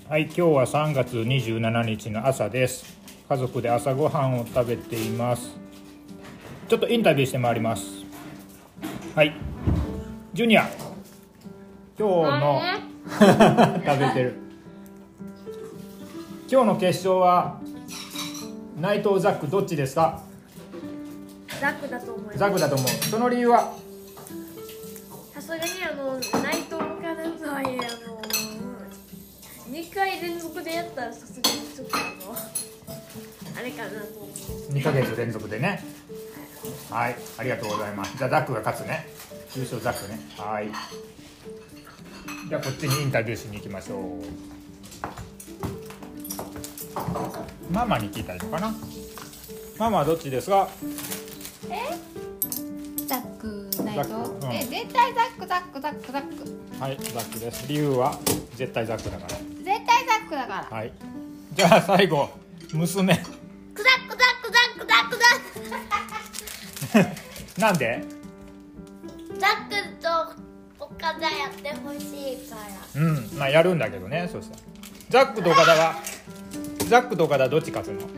はい、今日は3月27日の朝です。家族で朝ごはんを食べています。ちょっとインタビューしてまいります。はい、ジュニア、今日の食べてる。今日の決勝は内藤、ザックどっちですか？ ザックだと思います。 ザックだと思う。その理由は？ さすがに内藤からの2回連続でやったらさすがにちょっとあれかなと思う。 2ヶ月連続でね。はい、ありがとうございます。じゃあザックが勝つね。優勝ザックね。はい。じゃあこっちにインタビューしに行きましょう。ママに聞いたらいいのかな。ママはどっちですか？ ザック、内藤、 うん絶対ザック。 はい、ザックです。理由は絶対ザックだから。 絶対ザックだから。 はい。じゃあ最後、娘。 クザックなんで？ ザックと岡田やってほしいから。 うん、まあやるんだけどね。そしたらザックと岡田どっち勝つの？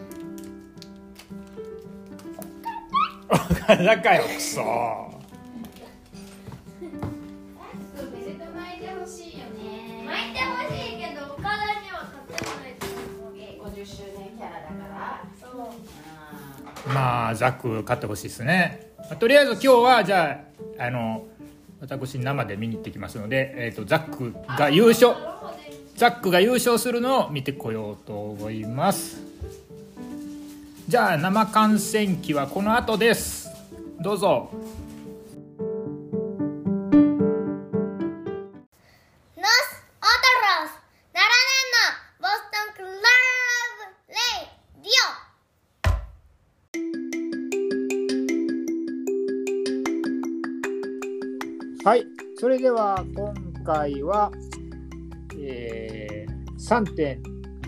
岡田かよ、くそー。 めでたまいてほしいよね。 巻いてほしいけど岡田には勝てないと思う。 50周年キャラだから。 そうまあザック勝ってほしいですね。とりあえず今日はじゃあ私生で見に行ってきますので、ザックが優勝するのを見てこようと思います。じゃあ生観戦記はこの後です。どうぞ。 ノス・オトロス7年のボストンクラブレイディオ。 はい、それでは今回は、3.27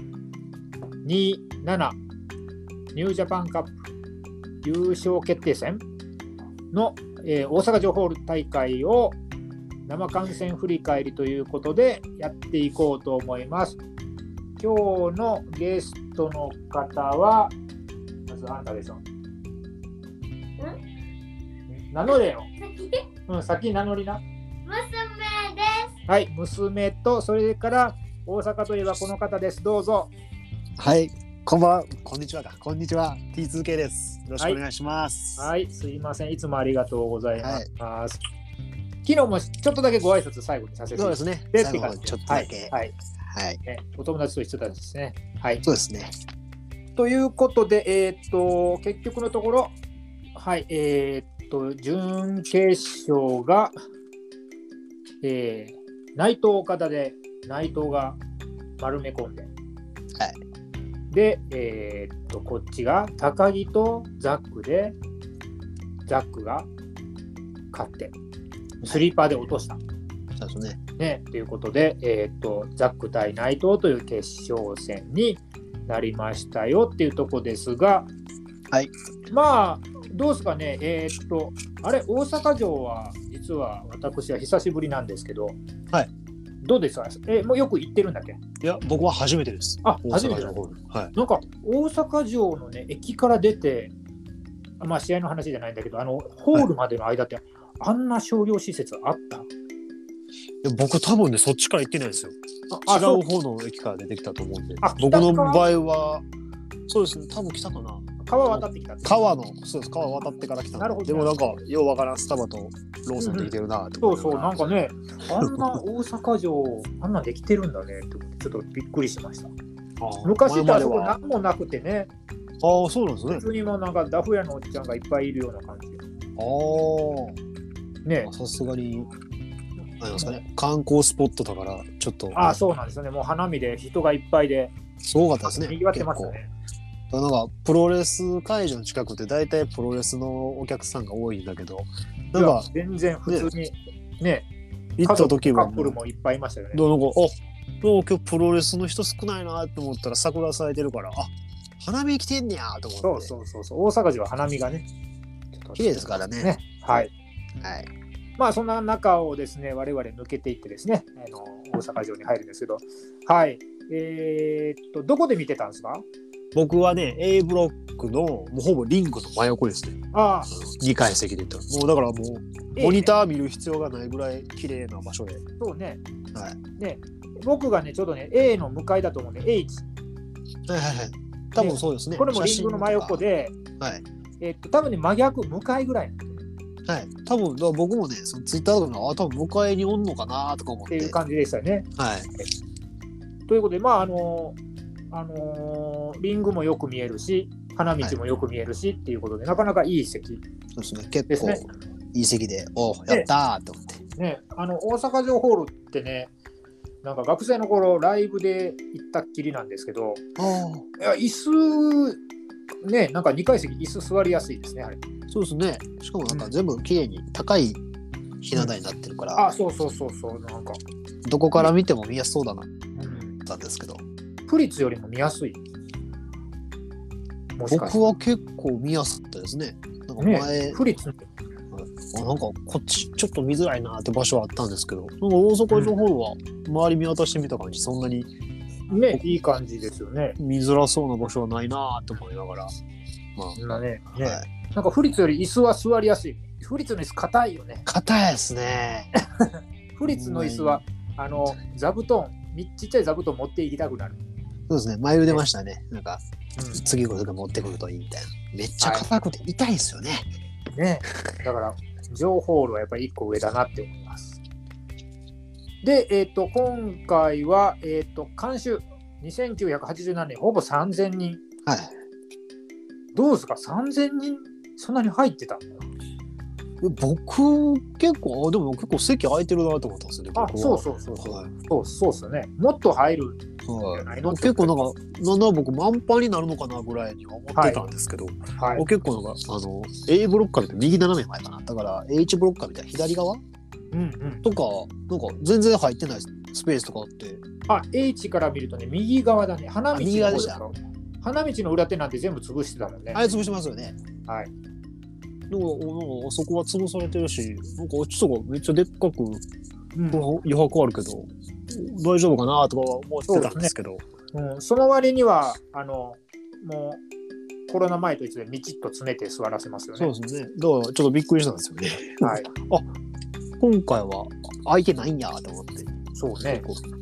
ニュージャパンカップ優勝決定戦の、大阪城ホール大会を生観戦振り返りということでやっていこうと思います。今日のゲストの方はまずあんたでしょ。名乗れよ。先名乗りな。 娘です。 はい、娘と、それから大阪といえばこの方です。どうぞ。 はい、こんばんは、こんにちはか、こんにちは、T2K です。よろしくお願いします。 はい、すいません、いつもありがとうございます。昨日もちょっとだけご挨拶最後にさせていただきます。 そうですね。 で最後ちょっとだけ。 はい、ね、お友達と一緒だですね。はい。 そうですね。 ということで、結局のところ、はい、準決勝が、内藤岡田で内藤が丸め込んで、 はい。 で、こっちが高木とザックでザックが勝ってスリーパーで落とした、 そうですね。 ね、ということで、ザック対内藤という決勝戦になりましたよっていうところですが、 はい。 まあどうですかね。あれ大阪城は実は私は久しぶりなんですけど、 はい。 どうですか？もうよく行ってるんだっけ？ いや、僕は初めてです。 あ、 大初めてだ。 阪城ホール。はい。 なんか大阪城のね駅から出て、まあ試合の話じゃないんだけど、ホールまでの間って、あんな商業施設あった？ いや、僕多分ね、そっちから行ってないですよ。違う方の駅から出てきたと思うんで。僕の場合は、そうですね、多分来たかな。 川渡ってきたって。 そうです、川渡ってから来た。 なるほど。 でもなんか、ようわからんスタバとローソンできてるなって、 そうそう、なんかね、あんな大阪城、あんなんできてるんだねって、ちょっとびっくりしました。昔ってあそこ何もなくてね。 ああ、そうなんですね。 普通にもなんかダフ屋のおっちゃんがいっぱいいるような感じ。ね。 さすがに、あれですかね、観光スポットだから、ちょっと。 そうなんですよね。もう花見で人がいっぱいで。 すごかったですね。 賑わってましたね。 なんかプロレス会場の近くって大体プロレスのお客さんが多いんだけど、なんか全然普通にね、 行った時はカップルもいっぱいいましたよね。 なんか今日プロレスの人少ないなって思ったら桜咲いてるから、花見来てんねやと思って。 そう大阪城は花見がね綺麗ですからね。 はい。 はい。 まあそんな中をですね我々抜けていってですね大阪城に入るんですけど、はい。 どこで見てたんですか？ 僕はね、A ブロックのもうほぼリングの真横ですね。 ああ、 2階席で言ったら。もうだからもう、モニター見る必要がないぐらい綺麗な場所で。 そうね。 はい。 ね、僕がね、ちょうどね、A の向かいだと思うんで、H。 はいはいはい。多分そうですね。 これもリングの真横で、 はい。 多分ね、真逆、向かいぐらい。 はい。多分僕もね、そのツイッターとかの、多分向かいにおんのかなとか思って。 っていう感じでしたよね。 はい。 ということで、まあリングもよく見えるし、花道もよく見えるし、っていうことで、なかなかいい席。 そうですね。結構いい席で、おやったーと思って。 ね、大阪城ホールってね、なんか学生の頃ライブで行ったっきりなんですけど、いや椅子ね、なんか2階席椅子座りやすいですね、あれ。 そうですね。しかもなんか全部綺麗に高いひな壇になってるから、 そう、なんかどこから見ても見やすそうだなったんですけど、 府立よりも見やすい。もしかして僕は結構見やすかったですね。なんか前、 府立なんかこっちちょっと見づらいなって場所はあったんですけど、なんか大阪城ホールは周り見渡してみた感じ、そんなにね、いい感じですよね。 見づらそうな場所はないなって思いながら、まあね、 はい、 なんか府立より椅子は座りやすい。府立の椅子硬いよね。 硬いですね。 府立の椅子は座布団、ちっちゃい座布団持って行きたくなる。 そうですね。前言出ましたね。なんか、次こそが持ってくるといいみたいな。めっちゃ硬くて痛いですよね。 ね、だから情報はやっぱり1個上だなって思います。で、今回は、監修2987年ほぼ3000人。 はい。 どうですか、3000人そんなに入ってたの？ 僕結構でも結構席空いてるなと思ったんですよね。 そう、はい、そうっすよね。もっと入るんじゃないの？ 結構なんだ僕満帆になるのかなぐらいには思ってたんですけど、はい、結構なんかA ブロッカーみたいな右斜め前かな、だから H ブロッカーみたいな左側、とかなんか全然入ってないスペースとかあって、 H から見るとね、右側だね。花道の右側でした。 花道の裏手なんて全部潰してたもんね。 あれ潰してますよね。 はい。 なんかそこは潰されてるし、なんかちょっとめっちゃでっかく余白あるけど、大丈夫かなとか思ってたんですけど、 その割にはもうコロナ前と一緒でみちっと詰めて座らせますよね。 そうですね。だからちょっとびっくりしたんですよね。 はい。 今回は空いてないんやと思って。 そうね。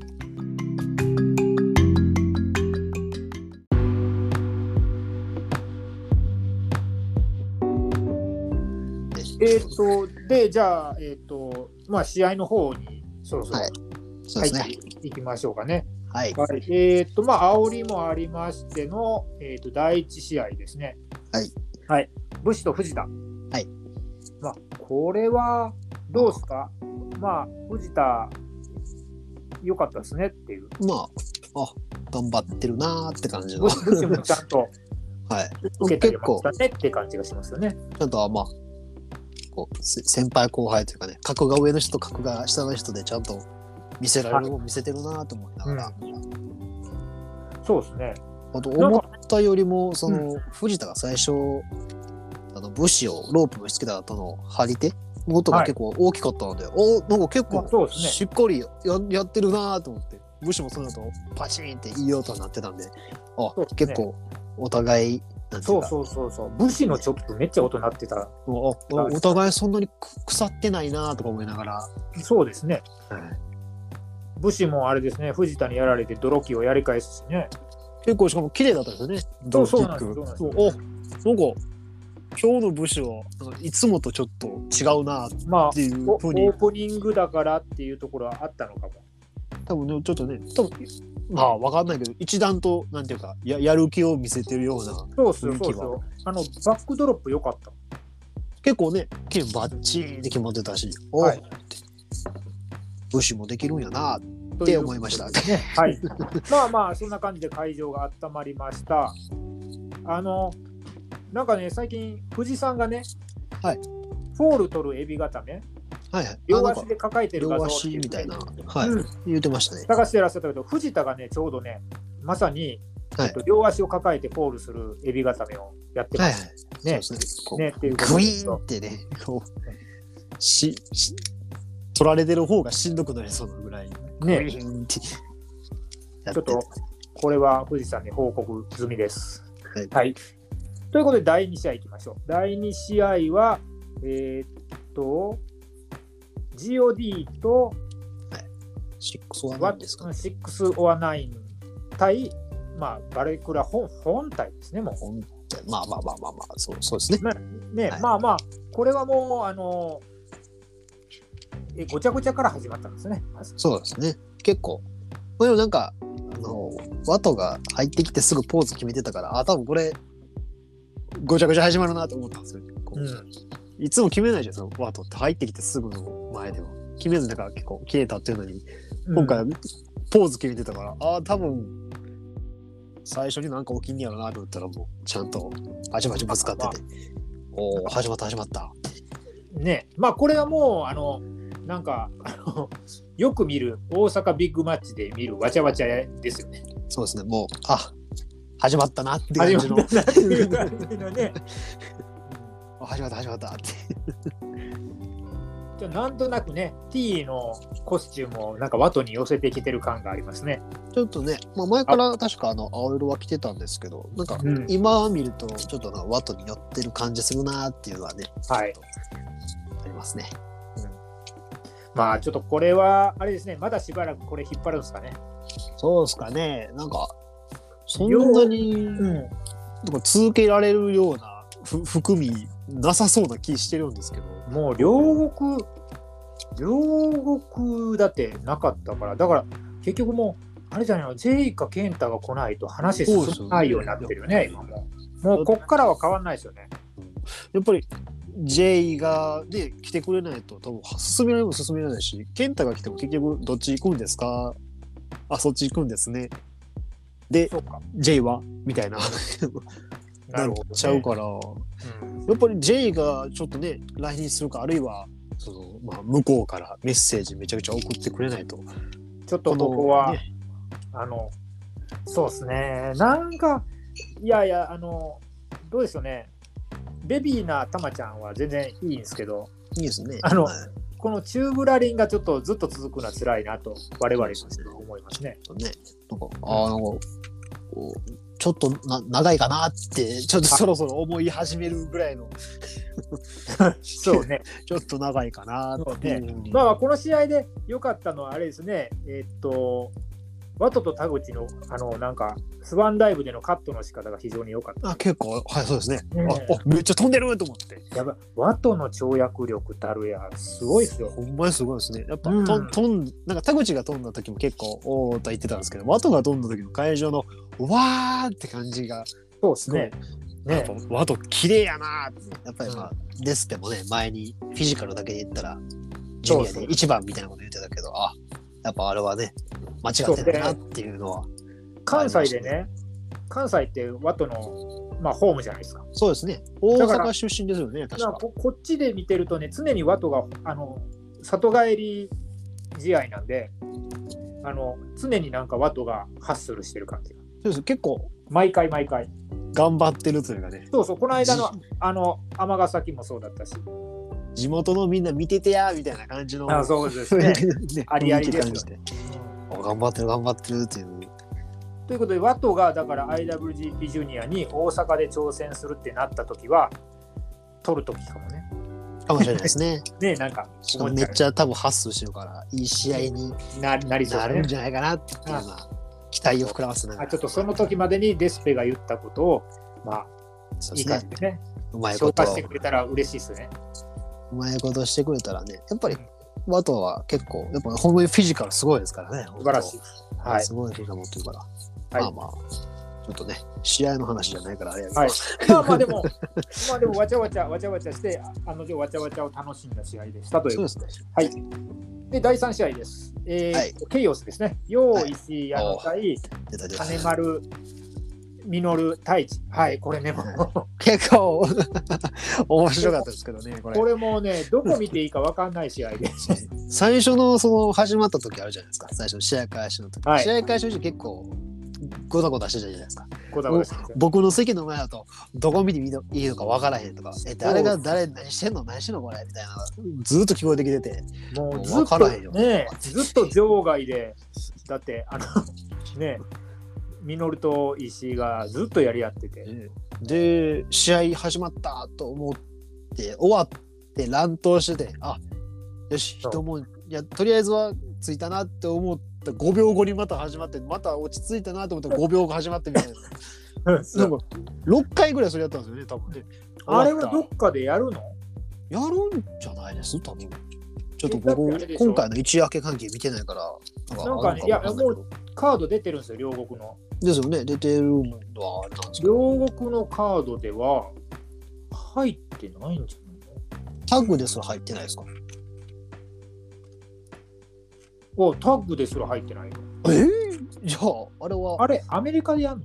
で、じゃあ、まあ、試合の方にそろそろ入っていきましょうかね。 はい。 まあ、煽りもありましての、第一試合ですね。 はい。 はい。武士と藤田。 はい。 まあ、これは、どうですか？まあ、藤田、良かったですねっていう。 まあ、頑張ってるなーって感じの。 武士もちゃんと、 はい。 受けてましたねって感じがしますよね。 ちゃんとまあ、こう先輩後輩というかね、格が上の人と格が下の人でちゃんと見せられるのを見せてるなと思いながら、 そうですね。 あと思ったよりも藤田が最初武士をロープのしつけた後の張り手の音が結構大きかったので、なんか結構しっかり やってるなと思って、武士もその後パチンっていい音になってたんで、結構お互いそう。武士のチョップめっちゃ音鳴ってた。 お互いそんなに腐ってないなとか思いながら。 そうですね。武士もあれですね、藤田にやられて泥木をやり返すしね。 結構しかも綺麗だったんですよね。 そうなんです。 なんか今日の武士はいつもとちょっと違うなっていうふうに、 オープニングだからっていうところはあったのかも。 多分ね、ちょっとね、まあ分かんないけど一段となんていうか やる気を見せてるような雰囲気は。 バックドロップ良かった。 結構ね、バッチリで決まってたし、武士もできるんやなって思いました。 はい。まあそんな感じで会場が温まりました。なんかね、最近藤さんがね、フォール取るエビ固め、両足で抱えてる画像両足みたいな、言ってましたね。 探してらっしゃったけど、藤田がね、ちょうどね、まさに、両足を抱えてフォールするエビ固めをやってます。 ね、グイーンってね、取られてる方がしんどくなりそうなぐらい、グイーンって。 ちょっとこれは富士山に報告済みです。 はい。 はい、ということで第2試合いきましょう。第2試合はGOD と 6ですか、ね、 6 or 9対、まあ、バレクラ本体ですね。もう本体、まあそうですね。 ね、はい、まあこれはもうごちゃごちゃから始まったんですね。 そうですね。結構でもなんかワトが入ってきてすぐポーズ決めてたから、多分これごちゃごちゃ始まるなと思ったんですよ、ね。いつも決めないじゃん、そのワトって入ってきてすぐの前では決めずなんか結構決めたっていうのに、今回ポーズ決めてたから、多分最初になんか起きんやろなと思ったら、もうちゃんとバチバチぶつかってて、始まったね。まあこれはもうなんかよく見る大阪ビッグマッチで見るわちゃわちゃですよね。 そうですね。もう始まったなって感じのね。始まったってじゃなんとなくね T のコスチュームをなんかワトに寄せてきてる感がありますね。 ちょっとね、前から確か青色は着てたんですけど、なんか今見るとちょっとワトに寄ってる感じするなっていうのはね、 はい、 ありますね。 まあちょっとこれはあれですね、まだしばらくこれ引っ張るんですかね。 そうですかね。なんかそんなに、続けられるような含みなさそうな気してるんですけど、 もう両国だってなかったから、だから結局もうあれじゃないの、ジェイかケンタが来ないと話進まないようになってるよね。今もうこっからは変わんないですよね。 やっぱりJ がで来てくれないと多分進められないし、ケンタが来ても結局どっち行くんですか、そっち行くんですね、で J はみたいななっちゃうから、やっぱり J がちょっとね来日するか、あるいは向こうからメッセージめちゃくちゃ送ってくれないと、 ちょっとここは、ね、そうですね。なんかいやどうでしょうね。ベビーなたまちゃんは全然いいんですけど、 いいですね。 このチューブラリンがちょっとずっと続くのは辛いなと我々として思いますね。 なんかちょっと長いかなってちょっとそろそろ思い始めるぐらいのそうね。 ちょっと長いかなっていうふうに。 まあこの試合で良かったのはあれですね。ワトと田口のなんかスワンダイブでのカットの仕方が非常に良かった。 結構そうですね。めっちゃ飛んでると思って。 やばい、ワトの跳躍力たるやすごいですよ。 ほんまにすごいですね。やっぱなんか田口が飛んだ時も結構おーと言ってたんですけど、ワトが飛んだ時の会場のわーって感じがそうですね。 やっぱワト綺麗やなって。やっぱりデスペもね前にフィジカルだけで言ったらジュニアで一番みたいなこと言ってたけど、やっぱあれはね間違ってるなっていうのは、 関西でね、関西ってワトのホームじゃないですか。 そうですね。大阪出身ですよね。確かこっちで見てるとね、常にワトが里帰り試合なんで、常になんかワトがハッスルしてる感じが。 そうです。結構毎回頑張ってるというかね。 そうこの間の尼崎もそうだったし。 地元のみんな見ててやみたいな感じの。 そうですね。ありありですよね。 頑張ってるっていう。 ということでワトがだから IWGP ジュニアに大阪で挑戦するってなった時は取る時かもね。 かもしれないですね。 ね、なんかめっちゃ多分ハッスルしてるからいい試合になるんじゃないかなっていうのは期待を膨らますながら。 ちょっとその時までにデスペが言ったことをいい感じでね、 うまいこと消化してくれたら嬉しいですね。 うまいことしてくれたらね、やっぱりワトは結構やっぱほんまにフィジカルすごいですからね。 素晴らしい。 すごいフィジカル持ってるから。ちょっとね試合の話じゃないからあれやけど。でもわちゃわちゃしてわちゃわちゃを楽しんだ試合でしたということで。はい。で第3試合です。ケイオスですね。ヨウ石矢野対金丸実太一。これねも結構面白かったですけどね。 これもねどこ見ていいか分かんない試合で最初の始まった時あるじゃないですか。最初の試合開始の時、試合開始の時結構ゴタゴタしてたじゃないですか。僕の席の前だとどこ見ていいのか分からへんとか、誰が何してんのこれみたいなずっと聞こえてきてて、 もうずっとねずっと場外でだってね、ミノルと石井がずっとやり合ってて、 で試合始まったと思って終わって乱闘してて、あ、よし人もとりあえずはついたなって思った5秒後にまた始まって、また落ち着いたなと思ったら5秒後始まってみたいななんか6回ぐらいそれやったんですよね多分ね。 あれはどっかでやるの？ やるんじゃないです多分。ちょっと僕今回の一夜明け関係見てないからなんかね、いやもうカード出てるんですよ両国の。 ですよね、出てるのはあれなんですか。 両国のカードでは入ってないんじゃないの？ タッグですら入ってないですか？ タッグですら入ってないよ。 じゃああれはあれアメリカでやんの？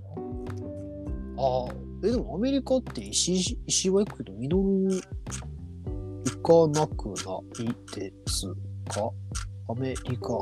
でもアメリカって石井は行くけどミノル行かなくないですか？アメリカ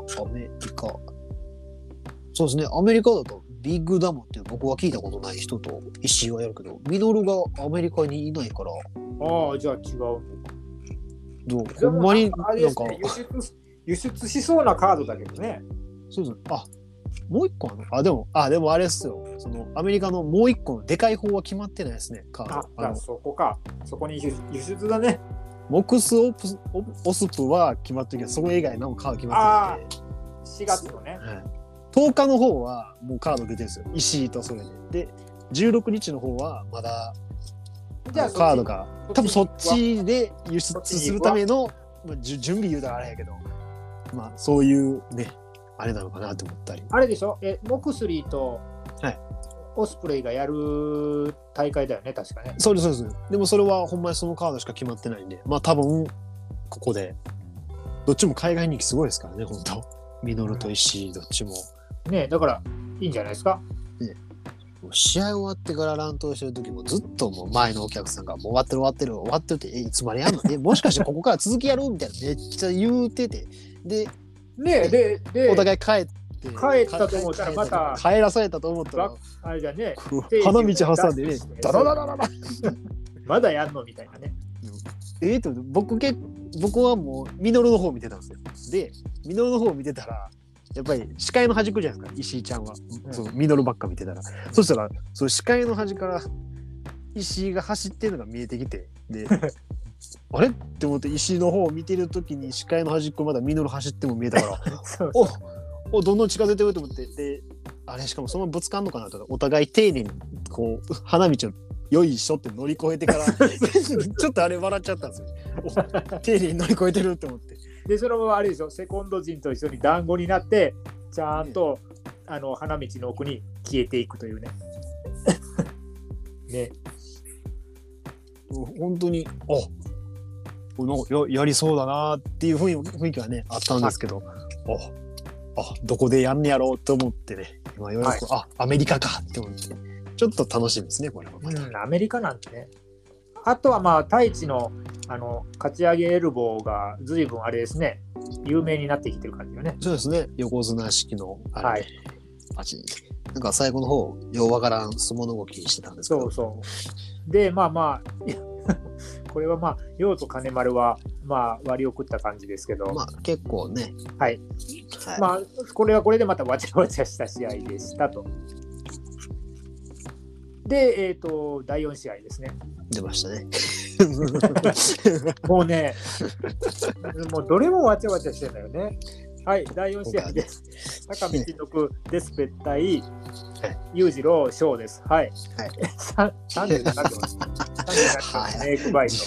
そうですね、アメリカだとビッグダムって僕は聞いたことない人と石井はやるけど、ミノルがアメリカにいないから。 じゃあ違う。 ほんまになんか輸出しそうなカードだけどね。 そうです。もう一個でもあれですよ。そのアメリカのもう一個のでかい方は決まってないですね。カード。 そこか。そこに輸出だね。 モクスオスプは決まってるけど、そこ以外のカード決まってるんで。 4月のね。 10日の方はもうカード出てるんですよ。石井とそれで。で、16日の方はまだカードが多分そっちで輸出するための準備言うたらあれやけど、まあそういうねあれなのかなと思ったり。 あれでしょ？モクスリーとオスプレイがやる大会だよね確かね。 そうです。でもそれはほんまにそのカードしか決まってないんで、まあ多分ここでどっちも海外人気すごいですからね本当。ミノルと石井どっちも。ね、 だからいいんじゃないですか。 試合終わってから乱闘してる時もずっともう前のお客さんがもう終わってるっていつまでやんのもしかしてここから続きやるみたいなめっちゃ言うててでお互い帰ったと思ったらまた帰らされたと思ったらあれじゃね花道挟んでねダダダダダダまだやんのみたいなね。 と僕はもうミノルの方を見てたんですよ。でミノルの方を見てたらやっぱり視界の端っこじゃないですか石井ちゃんは、そのミノルばっか見てたら、そしたらその視界の端から石井が走ってるのが見えてきて、であれって思って石井の方を見てる時に視界の端っこまだミノル走っても見えたからどんどん近づいてると思って、であれしかもそのままぶつかんのかなとお互い丁寧にこう花道をよいしょって乗り越えてからちょっとあれ笑っちゃったんですよ。丁寧に乗り越えてるって思って。でそのままあれでしょ、セコンド陣と一緒に団子になってちゃんと、花道の奥に消えていくというね。ね。 本当になんか やりそうだなっていう雰囲気はねあったんですけど、どこでやんねやろうと思ってね、今ようやく、アメリカかって思ってちょっと楽しみですねこれはまた。 アメリカなんてね。あとはまあ太一の勝ち上げエルボーが随分あれですね有名になってきてる感じよね。 そうですね、横綱式のなんか最後の方ようわからん相撲の動きしてたんですけど。 そうでまあこれはまあ陽と金丸はまあ割り送った感じですけど、 結構ねまあこれはこれでまたわちゃわちゃした試合でしたと。で第4試合ですね。 出ましたね。 もうねもうどれもわちゃわちゃしてんだよね。はい、第4試合です。高見金六デスペ対裕次郎翔です。はい。37秒。37秒メイクバイト。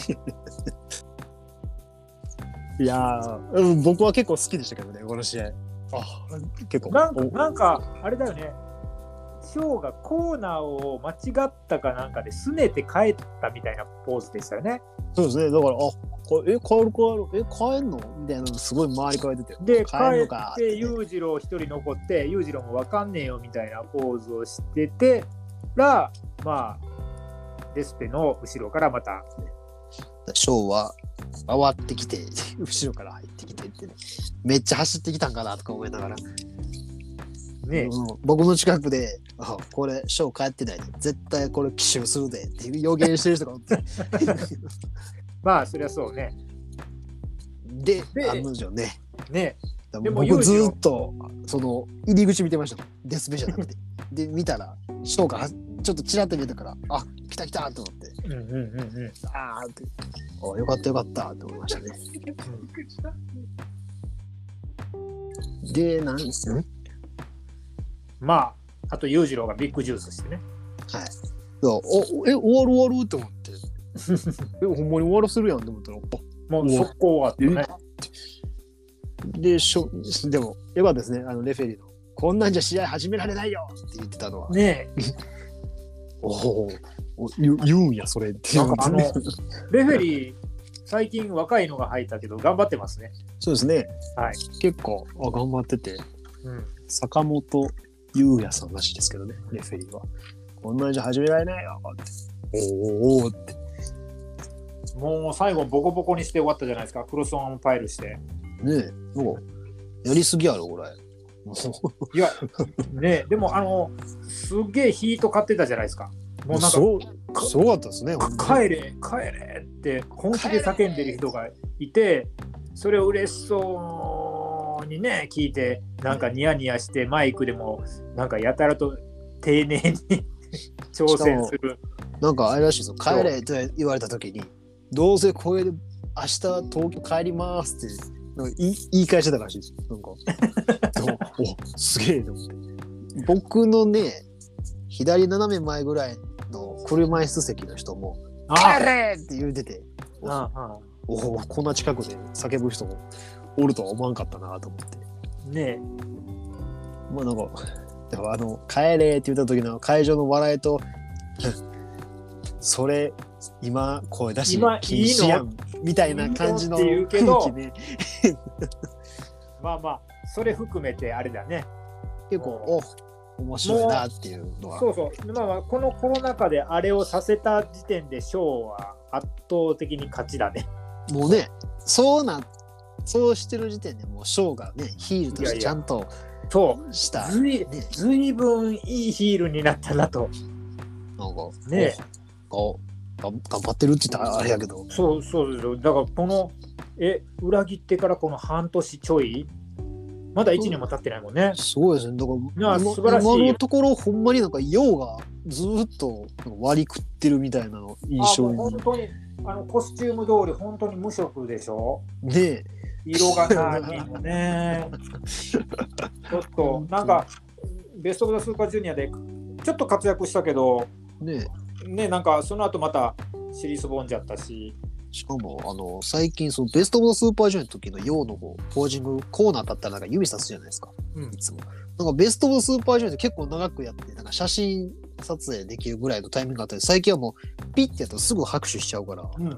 いや僕は結構好きでしたけどねこの試合。結構なんかあれだよね。翔がコーナーを間違ったかなんかで拗ねて帰ったみたいなポーズでしたよね。 そうですね。だから帰んのみたいなのすごい周りから出てで帰って裕次郎一人残って裕次郎も分かんねえよみたいなポーズをしててらまあデスペの後ろからまた翔は回ってきて後ろから入ってきてって、ね、めっちゃ走ってきたんかなとか思いながらね、僕の近くでこれ翔帰ってないで絶対これ奇襲するでっていう予言してる人がおってまあそりゃそうね。 で案の定ねでも僕ずーっとその入り口見てましたもん。デスペじゃなくて。で見たらショーがちょっとちらっと見えたから、あ、来た来たと思って、あーって、お、よかったよかったと思いましたね。で、なんですね。 まああと裕次郎がビッグジュースしてね。 はい。終わるって思って。ほんまに終わらせるやんと思ったら、 もう速攻終わったね。 でもよかったですね、レフェリーのこんなんじゃ試合始められないよって言ってたのはねえお言うんやそれってなんかレフェリー最近若いのが入ったけど頑張ってますね。 そうですね、 はい、 結構頑張ってて、 うん、 坂本優也さんらしいですけどね、レフェリーはこんなんじゃ始められないよっておーってもう最後ボコボコにして終わったじゃないですか。クロスオンパイルしてねえ、もうやりすぎやろこれ。 いやねえ、でもすげえヒート買ってたじゃないですか。もうなんかすごかったですね。 帰れ帰れって本気で叫んでる人がいて、それを嬉しそうにね聞いて、なんかニヤニヤしてマイクでもなんかやたらと丁寧に挑戦する。 なんかあれらしいですよ、帰れって言われた時にどうせこれで明日東京帰りますってなんか言い返してたらしいです。なんかおすげえと思って。僕のね左斜め前ぐらいの車椅子席の人も帰れって言うてて、こんな近くで叫ぶ人もおるとは思わんかったなと思ってねえ。 まあなんかでも帰れって言った時の会場の笑いとそれ今声出し禁止やんみたいな感じの空気ね。 まあまあそれ含めてあれだね。 結構面白いなっていうのは。 そうまあまあこのコロナ禍であれをさせた時点でショーは圧倒的に勝ちだね。 もうねそうしてる時点でもうショーがねヒールとしてちゃんとしたずいぶんいいヒールになったなと。 なんかね頑張ってるって言ったらあれやけど。 そうだからこの裏切ってからこの半年ちょいまだ1年も経ってないもんね。 すごいですね。だから素晴らしい。 今のところほんまになんか陽がずっと割り食ってるみたいなの印象に。 本当にコスチューム通り本当に無色でしょ。 ねえ。 色がないもね。ちょっとなんかベストオブザスーパージュニアでちょっと活躍したけどねなんかその後また尻すぼんじゃったし。 しかも最近そのベストオブザスーパージュニアの時の陽の方ポージングコーナーだったらなんか指さすじゃないですか、いつもなんかベストオブザスーパージュニアって結構長くやってなんか写真撮影できるぐらいのタイミングがあったり、最近はもうピッてやったらすぐ拍手しちゃうから、あれ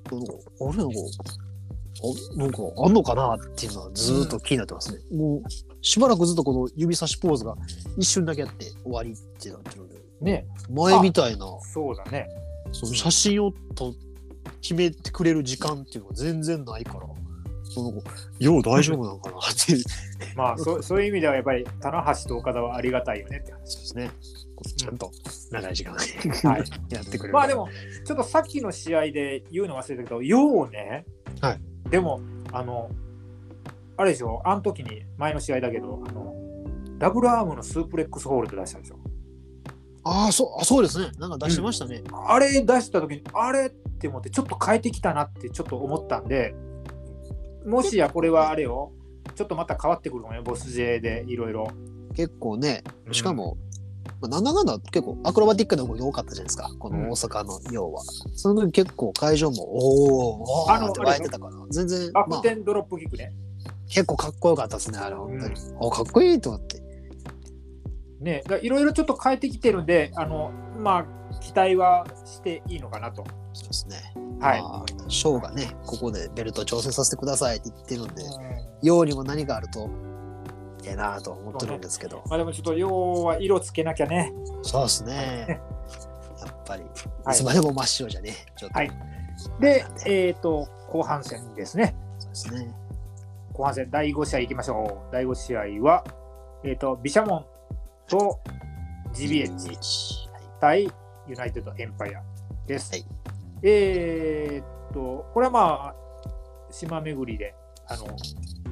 なんかあんのかなっていうのはずっと気になってますね、もうしばらくずっとこの指差しポーズが一瞬だけやって終わりってなってるんでね、 前みたいなそうだね、 その写真を決めてくれる時間っていうのが全然ないから、よう大丈夫なのかなっていうまあそういう意味ではやっぱり棚橋と岡田はありがたいよねって話ですね。ちゃんと長い時間、 はい、 やってくれる。 まあでもちょっとさっきの試合で言うの忘れたけど、ようね、 はい、 でもあれでしょ、あの時に前の試合だけどダブルアームのスープレックスホールド出したでしょ。 そうですね。なんか出してましたね。 あれ出した時にあれって思ってちょっと変えてきたなってちょっと思ったんで、もしやこれはあれよ、ちょっとまた変わってくるのね、ボス J でいろいろ。 結構ね、しかも、なんだかんだ結構アクロバティックな動き多かったじゃないですか、この大阪の要は。その時結構会場もおーって湧いてたから、全然。 バク転ドロップキックね。 結構かっこよかったですね、あれ本当に。かっこいいと思って。 ね、いろいろちょっと変えてきてるんで、まあ期待はしていいのかなと。 そうですね。 はい。 ショーがね、ここでベルト調整させてくださいって言ってるんで、ようにも何かあるとええなと思ってるんですけど。 まあでもちょっと要は色つけなきゃね。 そうですね。やっぱりいつまでも真っ白じゃね。ちょっと。 はい。で、後半戦ですね。 そうですね。 後半戦第5試合いきましょう。第5試合はビシャモンと GBH 対ユナイテッドエンパイアです。はい、これはまあ島巡りで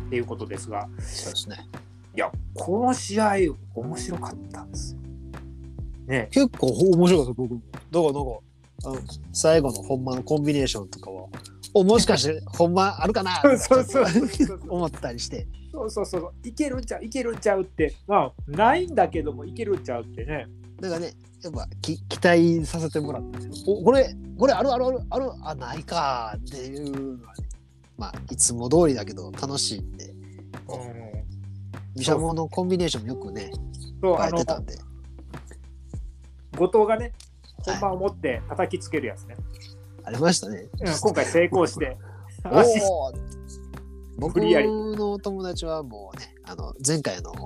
っていうことですが、 そうですね。 いやこの試合面白かったんですよね。 結構面白かった僕も。だからなんか最後のほんまのコンビネーションとかはもしかしてほんまあるかなそう思ったりして。 そういけるんちゃうってまあないんだけどもいけるんちゃうってね。 だからねやっぱ期待させてもらったんですよ。これあるないかっていうのはね、まあいつも通りだけど楽しいんで、毘沙門のコンビネーションもよくね変えてたんで、 後藤がね本番を持って叩きつけるやつね、 ありましたね、 今回成功してお僕の友達はもうね前回の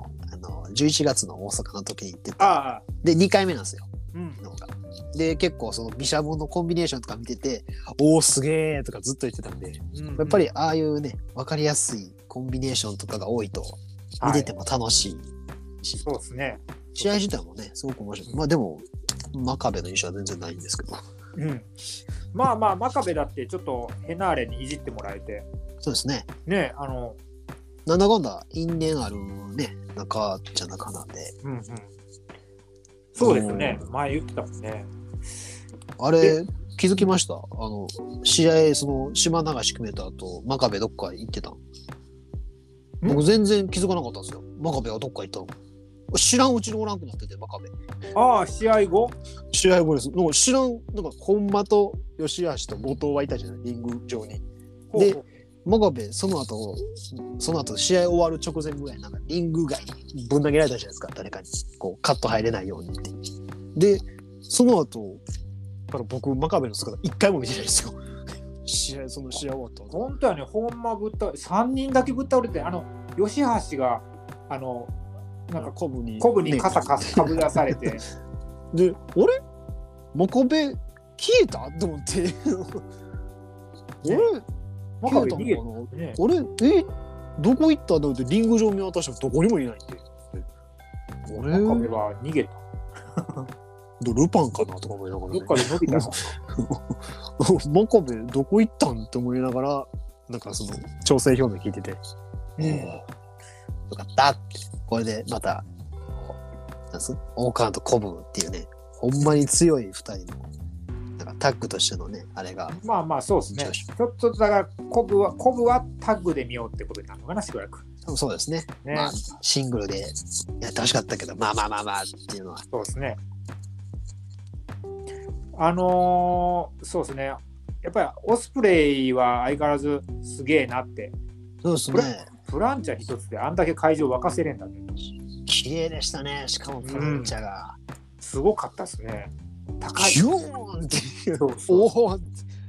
11月の大阪の時に行ってたで2回目なんですよ、のがで結構その毘沙門のコンビネーションとか見てておーすげーとかずっと言ってたんで、やっぱりああいうね分かりやすいコンビネーションとかが多いと見てても楽しいし、 そうですね、 試合自体もねすごく面白い。まあでも真壁の印象は全然ないんですけど、 まあ真壁だってちょっとヘナーレにいじってもらえて、 そうですね、 なんだかんだ因縁あるね中じゃ中なんで、 そうですね、前言ってたもんね。 あれ気づきました？試合その島流し決めた後真壁どっか行ってたん？僕全然気づかなかったんですよ。真壁はどっか行ったの？知らんうちにおらんくなってて真壁。 試合後です。なんか知らんなんか本間と吉橋と後藤はいたじゃないリング上に。で真壁その後試合終わる直前ぐらいなんかリング外にぶん投げられたじゃないですか、誰かにこうカット入れないようにって。でその後から僕真壁の姿一回も見てないですよ。その試合終わった後。 本当はね、ほんま3人だけぶっ倒れて、吉橋がなんかコブに傘かぶらされてで、あれ真壁消えたと思ってあれ真壁逃げたね。 あれどこ行ったんだってリング上見渡してもどこにもいないんで、 真壁は逃げたルパンかなとか思いながら、 どっかで伸びたの真壁どこ行ったんって思いながらなんかその調整表明聞いてて、よかったって、これでまた大川とコブっていうねほんまに強い2人のなんかタッグとしてのねあれがまあそうですね。ちょっとだからコブはタッグで見ようってことになるのかなしばらく。 そうですね。まあシングルでやってほしかったけどまあっていうのはそうですね。そうですね。やっぱりオスプレイは相変わらずすげえなって。 そうですね。 プランチャ一つであんだけ会場沸かせれんだね。 綺麗でしたね。しかもプランチャが、 すごかったですね。高い。 ギューンっていう。おお。ね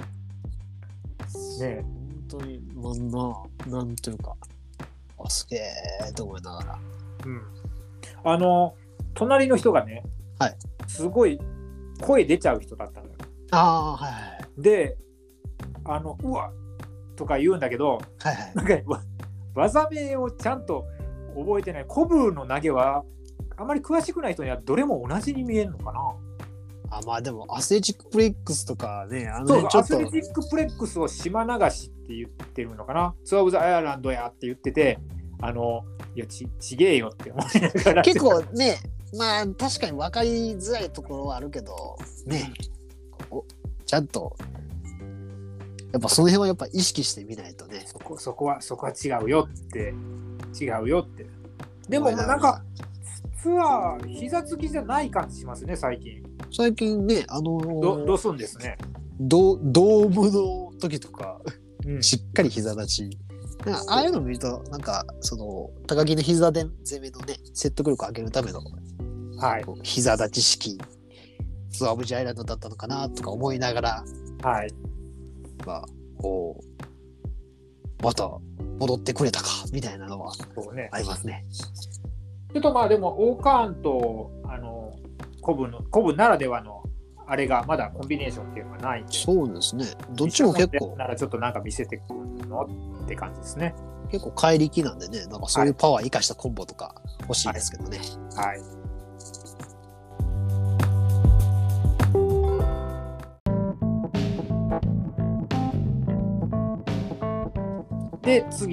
え、本当になんていうか、すげえと思いながら。隣の人がね、すごい声出ちゃう人だったのよ。で、うわとか言うんだけど、なんか技名をちゃんと覚えてない。コブの投げはあまり詳しくない人にはどれも同じに見えるのかな。 まあでもアスレチックプレックスとかね、 そうアスレチックプレックスを島流しって言ってるのかな。ツアーオブザアイアランドやって言ってて、いやちげえよって思いながら。 結構ね、まあ確かに分かりづらいところはあるけどね、ちゃんとやっぱその辺はやっぱ意識してみないとね。 そこは違うよって。でもなんかツアー膝つきじゃない感じしますね最近ね。ドスンですね。 ドームの時とか、しっかり膝立ち。ああいうの見るとなんかその高木の膝攻めのね説得力を上げるための、膝立ち式ツアーオブジャイランドだったのかなとか思いながら、また戻ってくれたかみたいなのはありますね。 ちょっとまあでもオーカーンとコブならではのあれがまだコンビネーションっていうのがないんで。 そうですね。どっちも結構ならちょっとなんか見せてくるのって感じですね。 結構怪力なんでね、なんかそういうパワー生かしたコンボとか欲しいですけどね。で次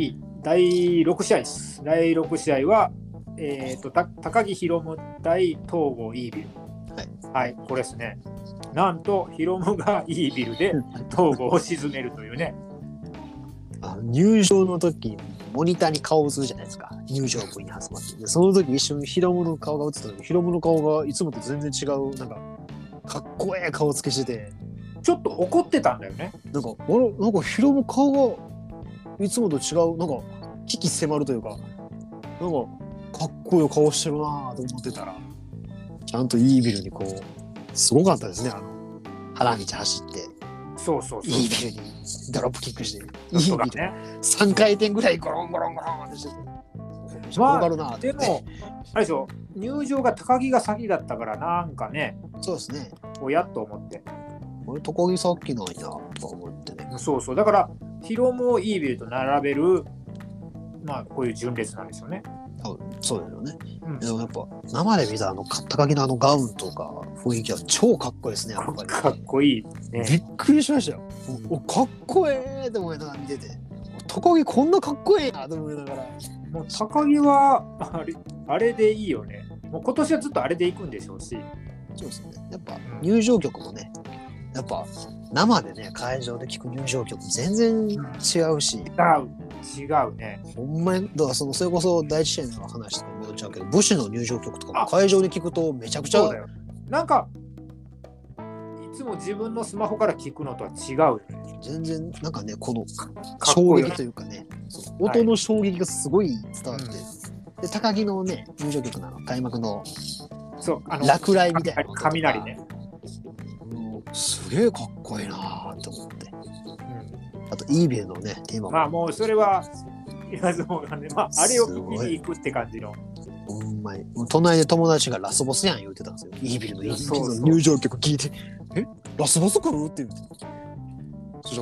第6試合です。第6試合は、高木ヒロム対東郷イービル。はい、これですね。なんとヒロムがイービルで東郷を沈めるというね。 入場の時モニターに顔を映るじゃないですか、入場部に挟まって。でその時一瞬ヒロムの顔が映った時、ヒロムの顔がいつもと全然違う、なんかかっこええ顔つけしてて、 ちょっと怒ってたんだよね。 なんかヒロム顔がいつもと違う、なんか危機迫るというか、なんかかっこいい顔してるなと思ってたら、ちゃんとイービルにこうすごかったですね。原道走って、 そうそうそう、 イービルにドロップキックして、イそうだービルね。 3回転ぐらいゴロンゴロンゴロンってしてて、 まかるなあでもあれでしょ、入場が高木が先だったからなんかね、 そうですね。 おやっと思って。 これ高木さっきなんやとか思ってね。 そうそう、だからヒロムをイービルと並べる、まあこういう順列なんですよね。 多分そうだよね。 うん、 でもやっぱ生で見た高木のガウンとか雰囲気は超かっこいいですね。やっぱりかっこいい、 びね。 っくりしましたよ。かっこええって思いながら見てて、高木こんなかっこええなと思いながら。 もう高木はあれでいいよね。もう今年はずっとあれでいくんでしょうし。 そうですね。やっぱ入場曲もね、やっぱ生でね会場で聴く入場曲全然違うし。 違うね。 ほんまにだからそれこそ第一試合の話とか戻っちゃうけど、武士の入場曲とかも会場で聴くとめちゃくちゃ。 そうだよ。なんかいつも自分のスマホから聞くのとは違うよね。 全然なんかね、このかっ衝こいい撃というかね、音の衝撃がすごい伝わって、で高木のね入場曲の開幕のそう落雷みたいな雷ね。 すげえかっこいいなーって思って、あとイービルのねテーマも、 まあもうそれは言わずもがね、まああれを聞きに行くって感じの。 ほんまにもう隣で友達がラスボスやん言うてたんですよ。イービルの入場曲聞いて、ラスボス来るって言って。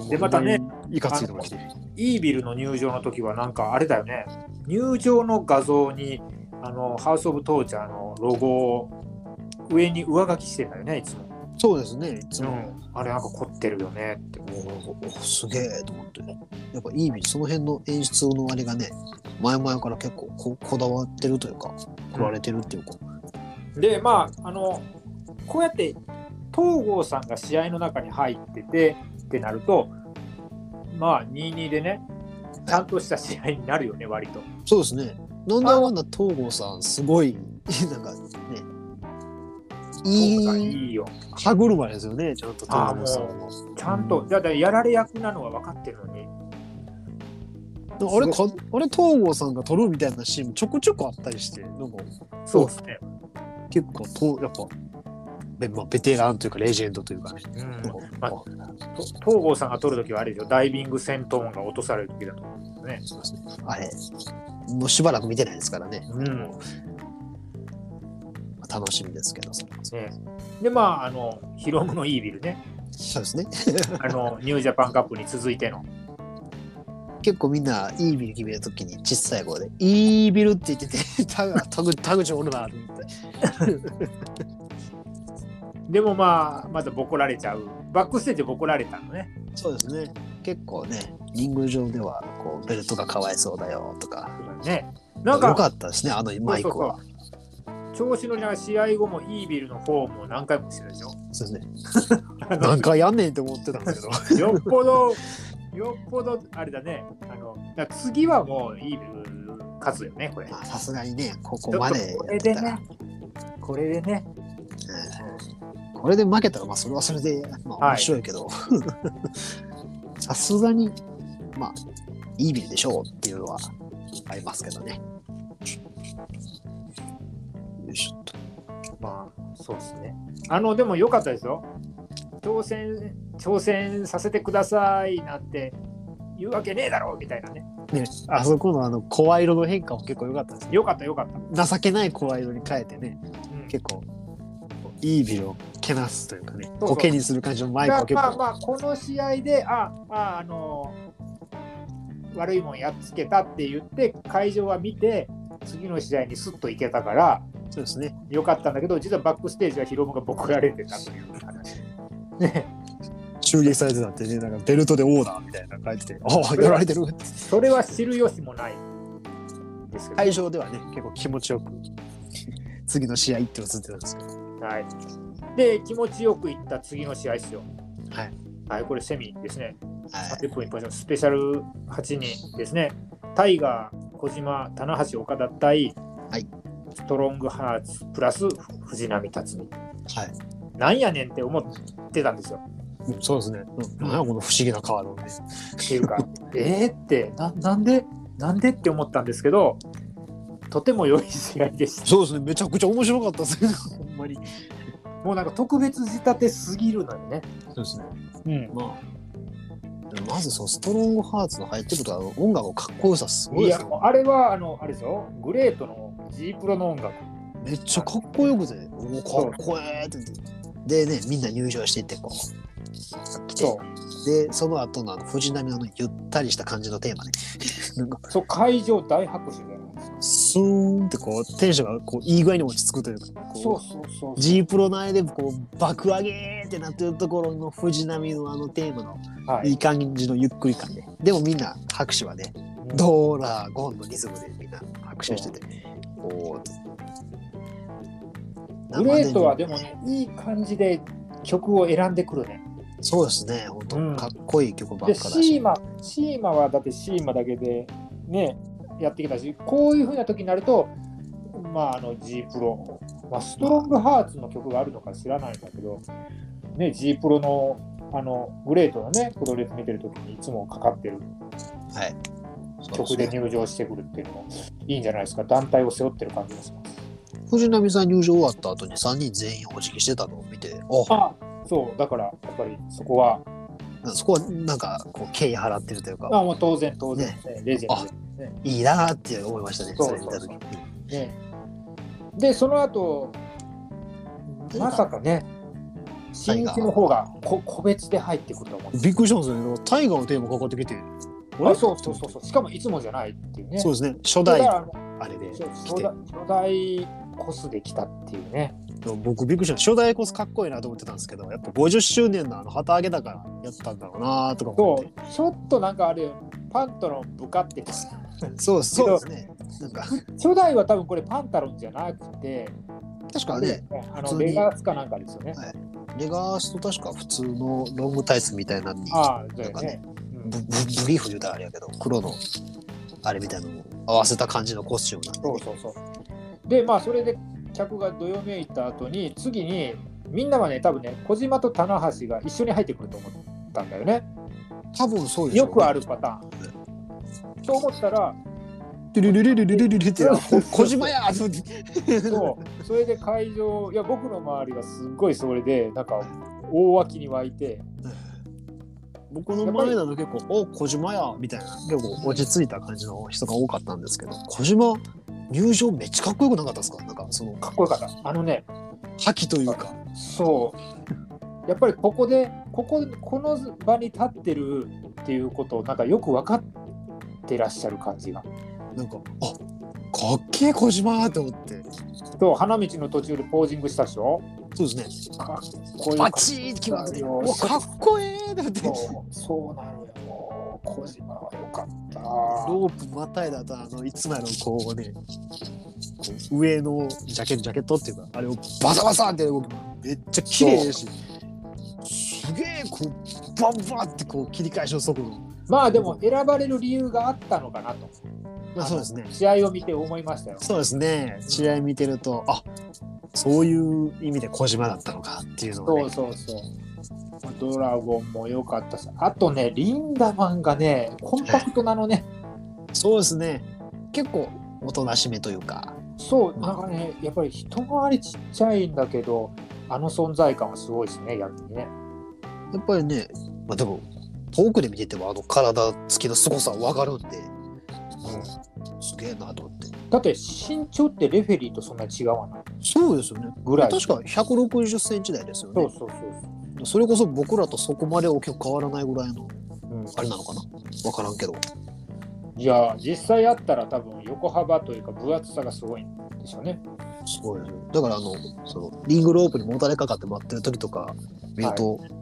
でまたね、 いかついとこ来て、 イービルの入場の時はなんかあれだよね。入場の画像にハウスオブトーチャーのロゴを上に上書きしてたよね、いつも。 そうですね、いつも、 あれなんか凝ってるよねって。 すげえと思って、やっぱイービルその辺の演出のあれがね、前々から結構こだわってるというか、凝られてるっていうか。 でまあこうやって東郷さんが試合の中に入っててってなると、まあ 2-2 でね、ちゃんとした試合になるよね、割と。 そうですね。なんだかんだ東郷さんすごいなんかね、いいよ。 歯車ですよね、ちゃんと東郷さんも。 ちゃんと、だからやられ役なのは分かってるのに。 あれ東郷さんが撮るみたいなシーンもちょこちょこあったりして、なんかそうですね。 結構やっぱベテランというかレジェンドというかね。 東郷さんが撮るときはあれでしょ、ダイビング戦闘音が落とされるときだと思うんですよね。 そうですね。あれもうしばらく見てないですからね。楽しみですけどさ。 でまあヒロムのイービルね。 そうですね。 ニュージャパンカップに続いての。 結構みんなイービル決めるときに小さい声でイービルって言ってて田口おるなと思って。 でもまだボコられちゃう。バックステージでボコられたのね。 そうですね。結構ね、リング上ではこうベルトがかわいそうだよとか。 ね。なんか良かったですね、マイクは。 調子乗りながら試合後もイービルのフォームを何回もしてたでしょ。 そうですね。何回やんねんって思ってたんですけど。 よっぽどあれだね。次はもうイービル勝つよね、これ。 さすがにね、ここまでやってたら。 これでね。 これで負けたら、まあそれはそれで、まあ面白いけど、さすがに、まあ、イービルでしょうっていうのはありますけどね。よいしょっと。 まあ、そうですね。でも良かったですよ。挑戦させてくださいなんて言うわけねえだろみたいなね。 あそこの声色の変化も結構良かったですね。 良かった。 情けない声色に変えてね、結構イービルをけなすというかね、コケにする感じのマイクを結構。 まあこの試合で悪いもんやっつけたって言って会場は見て次の試合にスッといけたから、 そうですね。 良かったんだけど、実はバックステージはヒロムがボコられてたという話。ね。 中襲撃されてたってね、なんかベルトでオーダーみたいな書いてて、ああ、やられてるって。 それは知る由もないですけど、 会場ではね、結構気持ちよく、次の試合って映ってたんですけど。 はい。で、気持ちよくいった次の試合ですよ。 はい。 はい、これセミですね。 はい。 30分一本勝負スペシャル8人ですね。タイガー、小島、棚橋、岡田対、 はい、 ストロングハーツプラス藤波辰巳。 はい。 なんやねんって思ってたんですよ。 そうですね。なんやこの不思議なカードね。 っていうか、ってなんでって思ったんですけど、とても良い試合でした。 そうですね。めちゃくちゃ面白かったですね。ほんまに。 もうなんか特別仕立てすぎるのよね。 そうですね。 うん。 まずそうストロングハーツの入ってると音楽のかっこよさすごいですよ。 あれはあれですよ。グレートの G プロの音楽。 めっちゃかっこよくて、おかっこええって言って。でね、みんな入場していってこう来て、でその後の藤波のゆったりした感じのテーマね。なんかそう会場大拍手で。 スーンってこうテンションがこういい具合に落ち着くというか、 そう。 G プロ内でこう爆上げってなってるところの藤波のテーマのいい感じのゆっくり感で、でもみんな拍手はね、ドーラーゴンのリズムでみんな拍手してて、おーって。 グレートはでもね、いい感じで曲を選んでくるね。 そうですね、本当、かっこいい曲ばっかだし。 でシーマはだってシーマだけでねやってきたし、こういう風な時になると、G プロ、ストロングハーツの曲があるのか知らないんだけど、ね G プロのグレートのねプロレス見てる時にいつもかかってる、 はい、 曲で入場してくるっていうのもいいんじゃないですか。団体を背負ってる感じがします。 藤波さん入場終わった後に3人全員お辞儀してたのを見て、 そうだからやっぱりそこはなんかこう敬意払ってるというか、 もう当然、ね、レジェンドですね。 いいなって思いましたね。それ見た時に。 でその後まさかね新日の方が個別で入ってくると思う。 びっくりしたんですよね。タイガーのテーマかかってきて、 そうしかもいつもじゃないっていうね。 そうですね、初代あれで初代コスで来たっていうね。 僕びっくりした。初代コスかっこいいなと思ってたんですけど、やっぱ50周年の旗揚げだからやったんだろうなとか思って。 ちょっとなんかあれパンタロンブカってそうですね。なんか初代は多分これパンタロンじゃなくて、 確かね、 レガースかなんかですよね。 はい、レガースと確か普通のロングタイツみたいなのに、なんかね、ブリーフ言うたらあれやけど、黒のあれみたいなのを合わせた感じのコスチュームなんで、 そう。でそれで客がどよめいた後に次にみんなはね多分ね小島と棚橋が一緒に入ってくると思ったんだよね。 多分そうでしょうね。 よくあるパターン。そう思ったらルルルルルルルルルって小島やと思って。 それで会場、いや僕の周りがすっごいそれでなんか大脇に湧いて、 僕の周りだと結構小島やみたいな結構落ち着いた感じの人が多かったんですけど、小島入場めっちゃかっこよくなかったですか？なんかそのかっこよかった。 覇気というか、 そうやっぱりこの場に立ってるっていうことをなんかよく分かってらっしゃる感じが、 なんかかっけえ小島って思って。 花道の途中でポージングしたでしょ。 そうですね。 かっこいい。 バチーってきますよ。かっこええだって。 そうなのよ。小島はよかった。 ロープまたいだといつものこうね、上のジャケットっていうかあれをバサバサって動きめっちゃ綺麗だし、すげえこうバンバンってこう切り返しの速度。 でも選ばれる理由があったのかなと。 そうですね。 試合を見て思いましたよ。 そうですね。試合見てるとそういう意味で小島だったのかっていうのがね。そう。 ドラゴンも良かったし、あとねリンダマンがねコンパクトなのね。 そうですね。結構おとなしめというか。 なんかねやっぱり一回りちっちゃいんだけど存在感はすごいですね、逆にね。 やっぱりね、でも遠くで見てても体つきの凄さ分かるんで、すげえなと思って。 だって身長ってレフェリーとそんなに違わない。 そうですよね。 ぐらい。 確か160センチ台ですよね。 そう。 それこそ僕らとそこまで大きく変わらないぐらいの、あれなのかな。分からんけど。 じゃあ実際あったら多分横幅というか分厚さがすごいんでしょうね。 すごいですね。だからそのリングロープにもたれかかって待ってる時とか見ると、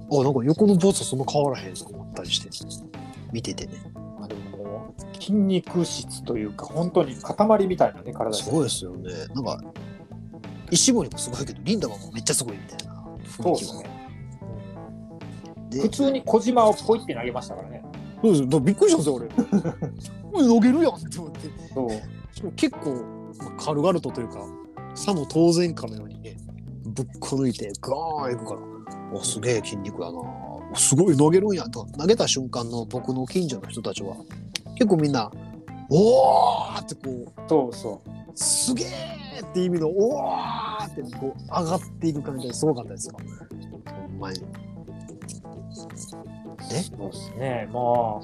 なんか横のボスとそんな変わらへんと思ったりして見ててね。 でももう筋肉質というか本当に塊みたいなね体すごいですよね。なんか石森もすごいけどリンダマンもめっちゃすごいみたいな雰囲気が。 そうですね。普通に小島をポイって投げましたからね。 そうですよ。だからびっくりしたんですよ俺。投げるやんって思って。 そうしかも結構軽々とというかさも当然かのようにねぶっこ抜いてガーンいくから、すげえ筋肉やな、すごい投げるんやと。投げた瞬間の僕の近所の人たちは結構みんなおーってこう、 そうそう、 すげーって意味のおーってこう上がっていく感じですごかったですよ。ほんまに。 そうですね。ま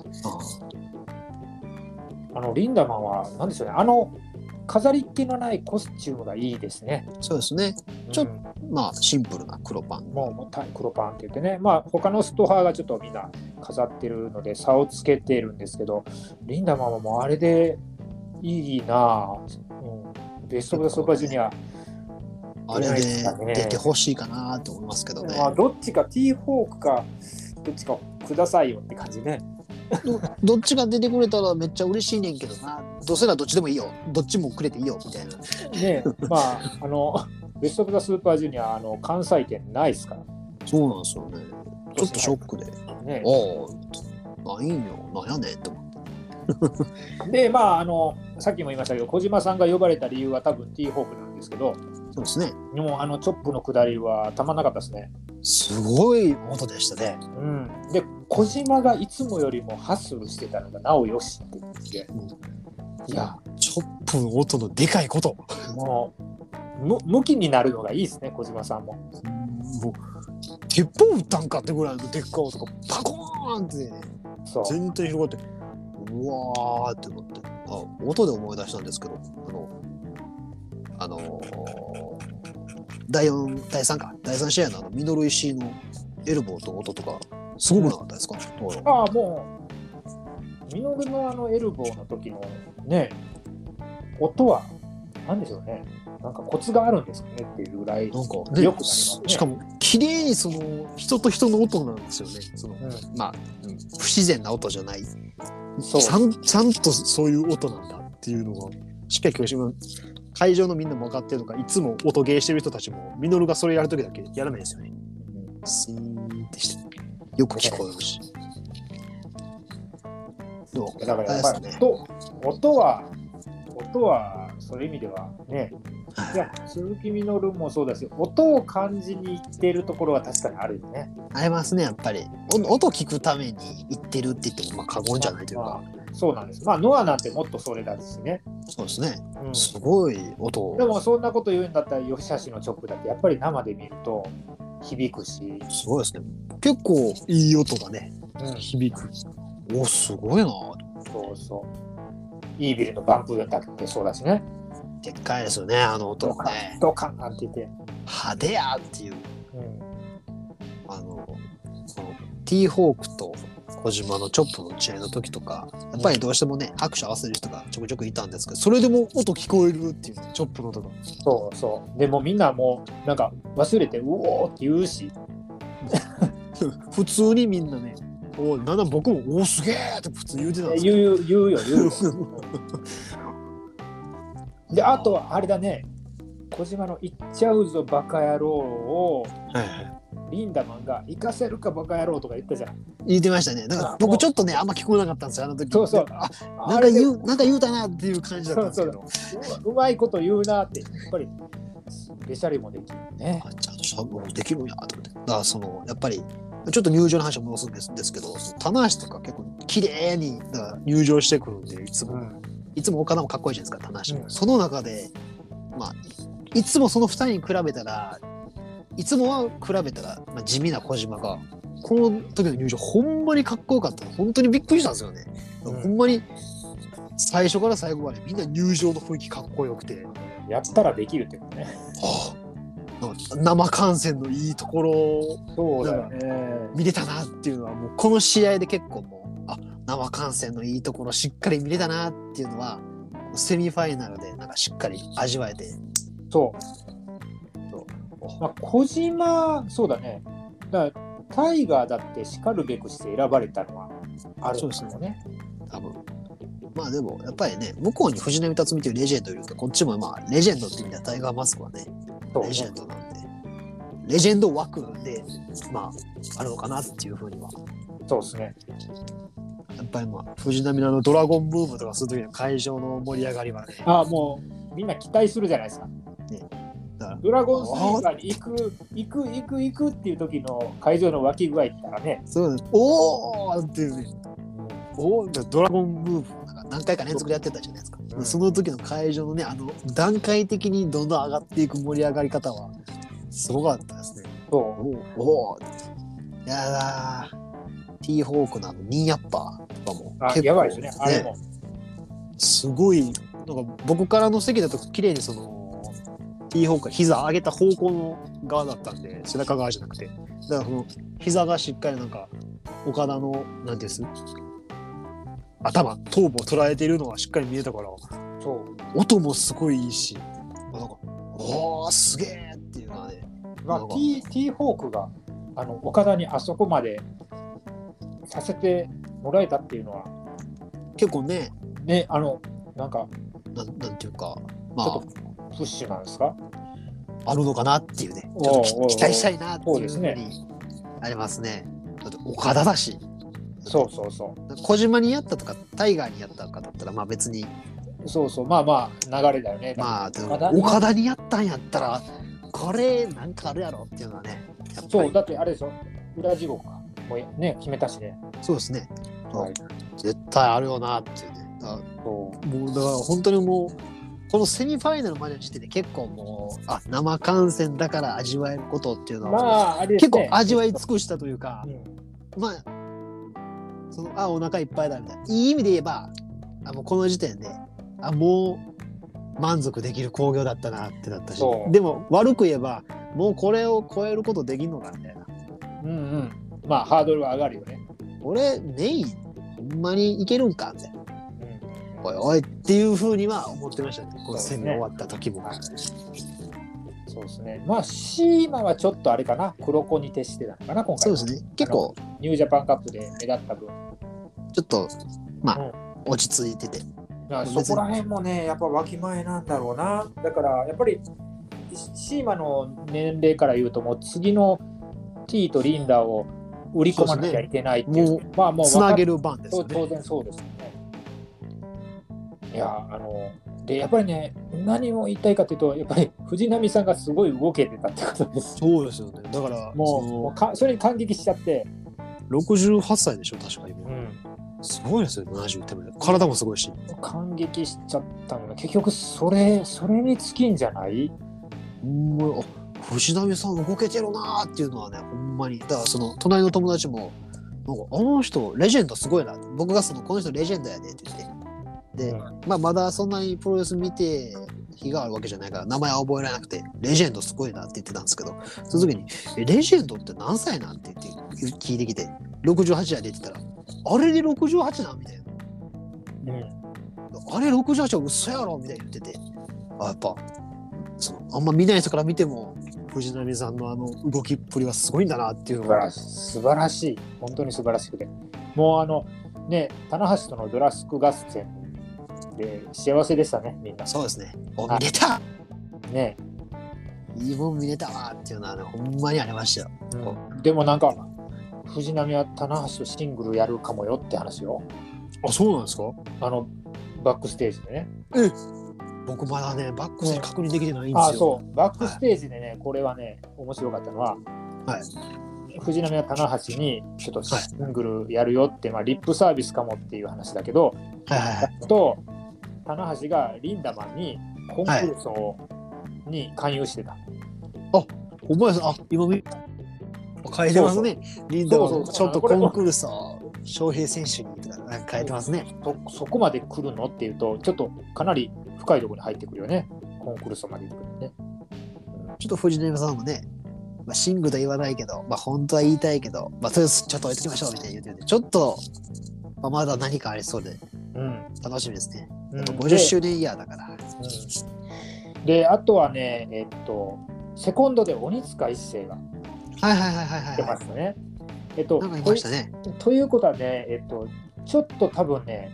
あリンダマンはなんでしょうね。飾りっ気のないコスチュームがいいですね。 そうですね。ちょっと、まあシンプルな黒パン。 もう黒パンって言ってね。まあ他のスト派がちょっとみんな飾ってるので差をつけてるんですけど、リンダマンはもうあれでいいな、ベストオブザスーパージュニア。 あれで出てほしいかなと思いますけどね。 どっちか T ホークかどっちかくださいよって感じね。 どっちが出てくれたらめっちゃ嬉しいねんけどな。どうせならどっちでもいいよ。どっちもくれていいよみたいな。 ね、まあベストオブザスーパージュニア関西店ないですから。 そうなんですよね。ちょっとショックで。 ね、 ないんよ。なんやねんって思って。 でまあさっきも言いましたけど小島さんが呼ばれた理由は多分 T ホークなんですけど。 そうですね。 でもチョップの下りはたまんなかったですね。 すごい音でしたね。 で小島がいつもよりもハッスルしてたのがなおよしって言って、いやチョップの音のでかいこと。 もう向きになるのがいいですね小島さんも。 もう鉄砲撃ったんかってぐらいのでっかい音がパコーンって、ね、全体広がってうわーって思って、音で思い出したんですけど第3試合のミノル石井のエルボーと音とかすごくなかったですか？ もうミノルのエルボーの時のね音はなんでしょうね、なんかコツがあるんですかねっていうぐらいなんかよくなりますね。 しかも綺麗にその人と人の音なんですよね。不自然な音じゃない。ちゃんとそういう音なんだっていうのがしっかり教師も会場のみんなも分かってるのか、いつも音ゲーしてる人たちもミノルがそれやるときだけやらないですよね。スーンってしてよく聞こえるし。 だからやっぱり音はそういう意味ではね、いや鈴木みのるもそうだし、音を感じにいってるところは確かにあるよね。 ありますね、やっぱり。音聞くために行ってるって言っても過言じゃないというか。 そうなんです。ノアなんてもっとそれだしね。 そうですね。すごい音。 でもそんなこと言うんだったら吉橋のチョップだってやっぱり生で見ると響くし。 すごいですね。結構いい音がね、響く。すごいな。 そうそう。イービルのバンプだってそうだしね。 でっかいですよね、あの音がね。 ドカンなんて言って。 派手やっていう。T ホークと小島のチョップの試合の時とか、やっぱりどうしてもね、拍手合わせる人がちょくちょくいたんですけど、それでも音聞こえるっていう、チョップの音が。 そうそう。でもみんなもうなんか忘れてうおーって言うし。 普通にみんなね、なんだ僕もすげーって普通言うてたんですよ。言うよ。で、あとはあれだね、小島の行っちゃうぞバカ野郎を、リンダマンが行かせるかバカ野郎とか言ったじゃん。 言ってましたね。だから僕ちょっとねあんま聞こえなかったんですよ、あの時。 そうそう。 なんか言うたなっていう感じだったんですけど。 うまいこと言うなって、やっぱりべしゃりもできるね。 ちゃんとしゃべできるんやと思って。だからやっぱりちょっと入場の話を戻すんですけど、棚橋とか結構綺麗に入場してくるんで、いつも岡田もかっこいいじゃないですか、棚橋も。その中でいつもその2人に比べたら。いつもは比べたら、地味な小島がこの時の入場ほんまにかっこよかったの。本当にびっくりしたんですよね。ほんまに最初から最後までみんな入場の雰囲気かっこよくて、 やったらできるってことね。 生観戦のいいところを見れたなっていうのはもうこの試合で結構もう生観戦のいいところしっかり見れたなっていうのはセミファイナルでなんかしっかり味わえて。 小島そうだね。だからタイガーだってしかるべくして選ばれたのはあるんですよね。 多分。まあでも、やっぱりね、向こうに藤波辰巳というレジェンドいると、こっちもまあ、レジェンドって意味ではタイガーマスクはね、レジェンドなんで、レジェンド枠で、まあ、あるのかなっていうふうには。 そうですね。 やっぱりまあ、藤波のドラゴンブームとかする時の会場の盛り上がりはね。 もうみんな期待するじゃないですか。ね、ドラゴンスリーバーに行くっていう時の会場の沸き具合って言ったらね。 そうです。おーっていうね。ドラゴンブームなんか何回か連続でやってたじゃないですか。その時の会場のね、段階的にどんどん上がっていく盛り上がり方はすごかったですね。いやだー、ティーホークのニーヤッパーとかも結構、やばいですね。あれもすごい、なんか僕からの席だと綺麗にそのティーホークが膝上げた方向の側だったんで、背中側じゃなくて、だからその膝がしっかりなんか岡田のなんです頭部を捉えているのがしっかり見えたから、音もすごいいいし、なんかすげえっていうのはね、 ティーホークが岡田にあそこまでさせてもらえたっていうのは結構ねなんかなんていうか、 まあちょっとプッシュなんですか、 あるのかなっていうね、ちょっと期待したいなっていうふうにありますね。だって岡田だし。 そう小島にやったとかタイガーにやったとかだったらまあ別にまあ流れだよね。 まあでも岡田にやったんやったらこれなんかあるやろっていうのはね。 そうだってあれでしょ、裏地獄かもうね決めたしね。 そうですね、はい、絶対あるよなっていうね。もうだから本当にもうこのセミファイナルまでの時点で結構もう生観戦だから味わえることっていうのは、結構味わい尽くしたというか、まあそのお腹いっぱいだみたいな、いい意味で言えばもうこの時点でもう満足できる興行だったなってなったし、でも悪く言えばもうこれを超えることできんのかみたいな。 まあハードルは上がるよね。 俺メインほんまにいけるんかみたいな、おいおいっていうふうには思ってましたね、この戦終わった時も。 そうですね。まあシーマはちょっとあれかな、黒子に徹してたのかな今回。 そうですね。結構ニュージャパンカップで目立った分ちょっとまあ、落ち着いてて、 そこら辺もねやっぱわきまえなんだろうな。だからやっぱりシーマの年齢から言うともう次の T とリンダを売り込まなきゃいけないっていう、もうつなげる番ですよね。 当然そうですよね。いやでやっぱりね、何を言いたいかというと、やっぱり藤波さんがすごい動けてたってことです。 そうですよね。だからもうそれに感激しちゃって。 68歳でしょ確か今。すごいですよね、70点まで。体もすごいし。 感激しちゃったのが結局それに尽きんじゃない？ 藤波さん動けてるなーっていうのはね、ほんまに。だからその隣の友達もなんかあの人レジェンドすごいな。僕がこの人レジェンドやでって言って。で、まだそんなにプロレス見て日があるわけじゃないから名前は覚えられなくて、レジェンドすごいなって言ってたんですけど、その時にレジェンドって何歳なんって言って聞いてきて、68歳で言ってたら、あれで68なんみたいな、あれ68は嘘やろみたいな言ってて、やっぱあんま見ない人から見ても藤波さんの動きっぷりはすごいんだなっていうのが素晴らしい、本当に素晴らしくて、もうね、棚橋とのドラスク合戦で幸せでしたね、みんな。 そうですね。見れたね、 いいもん見れたわっていうのはね、ほんまにありましたよ。 でもなんか藤波は棚橋とシングルやるかもよって話よ。 そうなんですか？ バックステージでね。 僕まだね、バックステージ確認できてないんですよ。 そうバックステージでね、これはね面白かったのは、藤波は棚橋にちょっとシングルやるよって、リップサービスかもっていう話だけど、と棚橋がリンダマンにコンクルーソに勧誘してた。 お前さん、今書いてますね。リンダマンちょっとコンクルーソ翔平選手にとかなんか書いてますね。 そこまで来るのっていうとちょっとかなり深いところに入ってくるよね、コンクルーソまで行くね。 ちょっと藤波さんもね、シングルとは言わないけど、本当は言いたいけど、とりあえずちょっと置いときましょうみたいに言ってるんで、ちょっと、まだ何かありそうで、楽しみですね。50周年イヤーだから。 で、あとはね、セコンドで鬼塚一世が出ましたね。 なんかいましたね。 ということはね、ちょっと多分ね、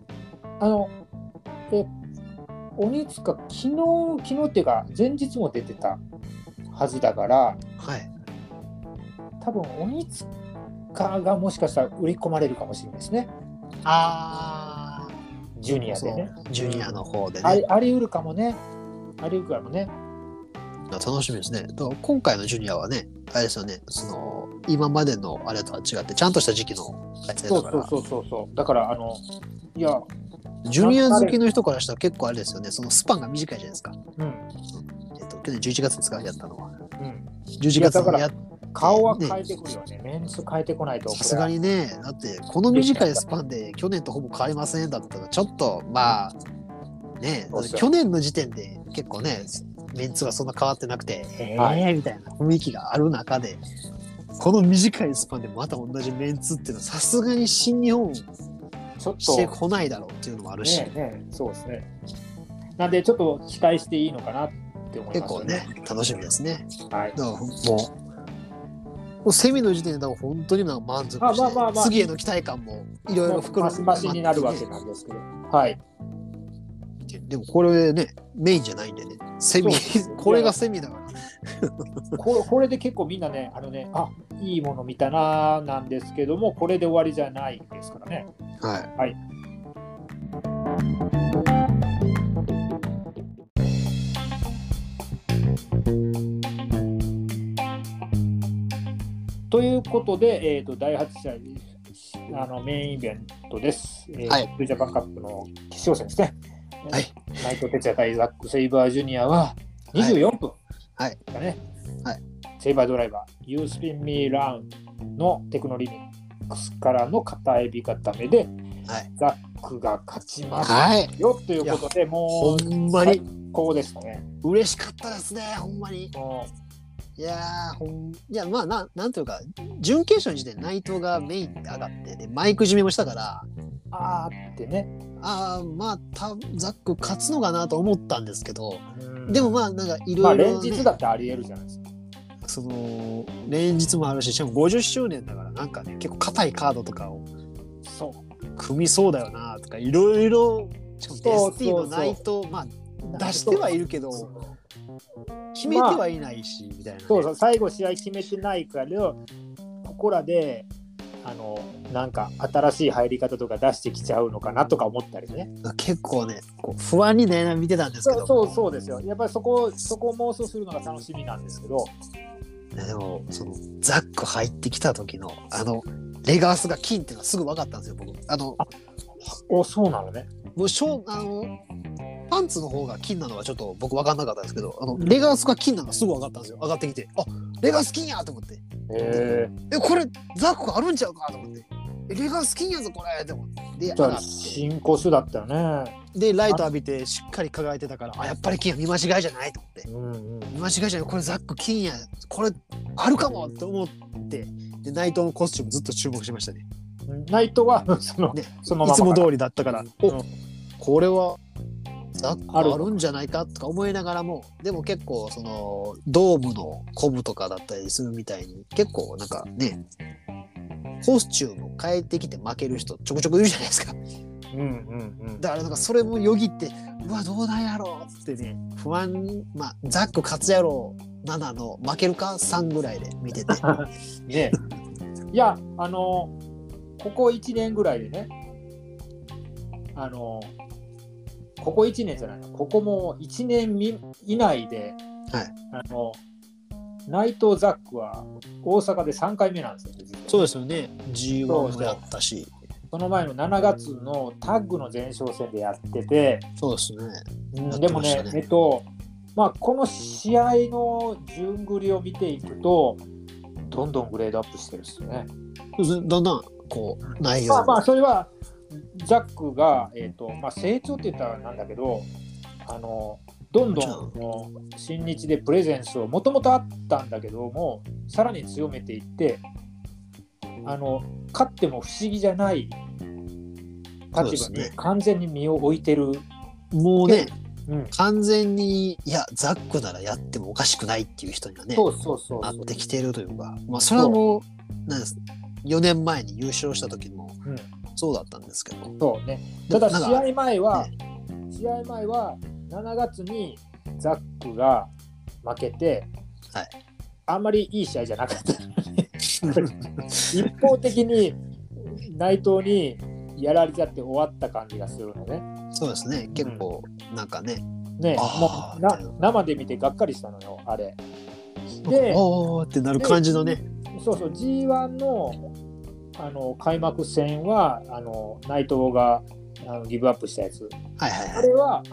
鬼塚、昨日っていうか、前日も出てたはずだから、 はい。 多分鬼塚がもしかしたら売り込まれるかもしれないですね。 ああ。 ジュニアでね。 ジュニアの方でね。 あり得るかもね。あり得るかもね。 楽しみですね。だから今回のジュニアはね、あれですよね、今までのあれとは違って、ちゃんとした時期の開催だから。 そう。だから、いや、 ジュニア好きの人からしたら結構あれですよね、そのスパンが短いじゃないですか。 うん。 去年11月ですか、やったのは。 うん。 11月にやっ顔は変えてくるよね。メンツ変えてこないと。 さすがにね、だってこの短いスパンで去年とほぼ変わりませんだったら、ちょっとまあね、去年の時点で結構ね、メンツがそんな変わってなくて、みたいな雰囲気がある中で、この短いスパンでまた同じメンツっていうのはさすがに新日本してこないだろうっていうのもあるし、 そうですね。なんでちょっと期待していいのかなって思いますね。 結構ね、楽しみですね。 はい。 だからもうセミの時点で本当になんか満足して、次への期待感もいろいろ膨らむマシになるわけなんですけど、はい。 でもこれね、メインじゃないんでね、セミ、これがセミだからこれで結構みんなね、いいもの見たななんですけども、これで終わりじゃないですからね。はい。ということで、第8試合メインイベントです。ジャパンカップの決勝戦ですね。 はい。 内藤哲也対ザック・セイバージュニアは24分だね。 はい。 セイバードライバー、ユースピンミーラウンのテクノリミックスからの片エビ固めで、ザックが勝ちますよ、ということで、もうほんまに最高でしたね。 嬉しかったですね、ほんまに。いやまあなんというか、準決勝の時点で内藤がメインで上がってでマイク締めもしたから、 ってね、 まあザック勝つのかなと思ったんですけど、でもまあなんかいろいろ連日だってありえるじゃないですか。 連日もあるし、しかも50周年だからなんかね、結構硬いカードとかを組みそうだよなとかいろいろ、しかも ST の内藤出してはいるけど決めてはいないし、みたいな、ね。 そう最後試合決めてないから、ここらでなんか新しい入り方とか出してきちゃうのかなとか思ったりね。 結構ね、こう不安にね見てたんですけど。 そうですよ。やっぱりそこを妄想するのが楽しみなんですけど。 でもザック入ってきた時のレガースが金っていうのはすぐ分かったんですよ、僕。 そうなのね。 もうパンツの方が金なのはちょっと僕分かんなかったんですけど、レガースが金なのがすぐ分かったんですよ。上がってきて、レガース金やと思って。これザックあるんちゃうかと思って。レガース金やぞこれって思って。で、 新コースだったよね。 でライト浴びてしっかり輝いてたから、やっぱり金や、見間違いじゃないと思って、見間違いじゃない、これザック金や、これあるかもって思って、で内藤のコスチュームずっと注目しましたね。 内藤はそのままいつも通りだったから、これはザックあるんじゃないかとか思いながらも、でも結構ドームのコブとかだったりするみたいに、結構なんかね、コスチュームを変えてきて負ける人ちょこちょこいるじゃないですか。だからなんかそれもよぎって、うわどうなんやろうってね、不安に、ザック勝つやろう7の負けるか3ぐらいで見ててね。いやここ1年ぐらいでね、ここ1年じゃないの、ここも1年以内で、内藤ザックは大阪で3回目なんですよ。 そうですよね。G1 もやったし、 その前の7月のタッグの前哨戦でやってて、 そうですね。 でもね、この試合の順繰りを見ていくと、どんどんグレードアップしてるっすね。 だんだんこう内容それはザックが、成長って言ったらなんだけど、どんどん新日でプレゼンスをもともとあったんだけども、さらに強めていって、勝っても不思議じゃない立場に完全に身を置いてる。 もうね、完全にザックならやってもおかしくないっていう人にはね、なってきてるというか、それはもうなんです、 4年前に優勝した時もうん、 そうだったんですけど、 そうね。ただなんか試合前は、 ね 7月にザックが負けて、 はい、 あんまりいい試合じゃなかった一方的に内藤にやられちゃって終わった感じがするのね。 そうですね、結構なんかね、 ね、 あーもう生で見てがっかりしたのよ、あれ。で、 おーってなる感じのね、 そうそう、G1 の、開幕戦は内藤がギブアップしたやつ。 はいはいはい。 あれは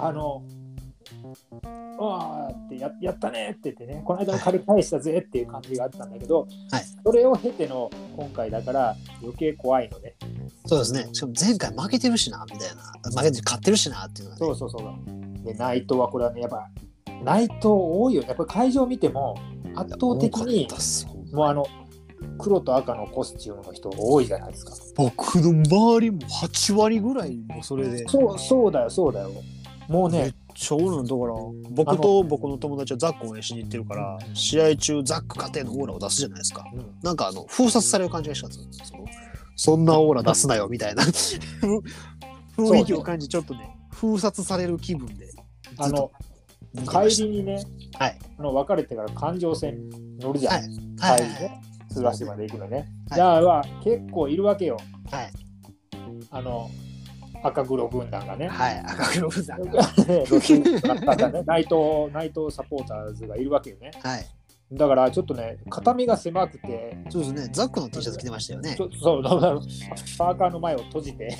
わーってやったねって言ってね、この間の借り返したぜっていう感じがあったんだけど、 はい、 それを経ての今回だから余計怖いのね。 そうですね。しかも前回負けてるしなみたいな、負けて勝ってるしなっていうのがね。 そう。で内藤はこれはね、やっぱ内藤多いよね。やっぱり会場見ても圧倒的にもう黒と赤のコスチュームの人多いじゃないですか。 僕の周りも8割ぐらいもそれで。 そうだよ。もうね。 めっちゃ多いのだから僕と僕の友達はザックを応援しに行ってるから試合中ザック家庭のオーラを出すじゃないですか、うん、なんか封殺される感じがしたんですよ。そんなオーラ出すなよみたいな雰囲気を感じちょっとね封殺される気分で帰りにね、 はい、 別れてから環状線乗るじゃん、 はい、 帰りね鶴橋まで行くのね、はい、じゃあ結構いるわけよ、はい、赤黒軍団がね、 はい、赤黒軍団が内藤サポーターズがいるわけよね、 はい、 だからちょっとね肩身が狭くて、 そうですね、ザックの T シャツ着てましたよね。 そうパーカーの前を閉じて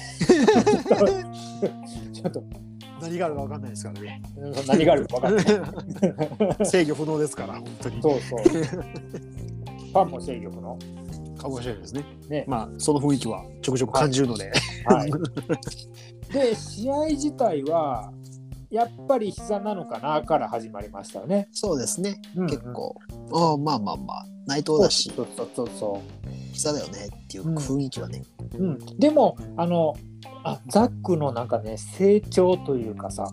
ちょっと何があるか分かんないですからね。 何があるか分かんない制御不能ですから本当に。 そうファンも制御不能かもしれないですね。まあその雰囲気はちょくちょく感じるので、 はいで試合自体はやっぱり膝なのかなから始まりましたよね。 そうですね、結構まあ内藤だしそう膝だよねっていう雰囲気はね、 でもザックのなんかね成長というかさ、はい、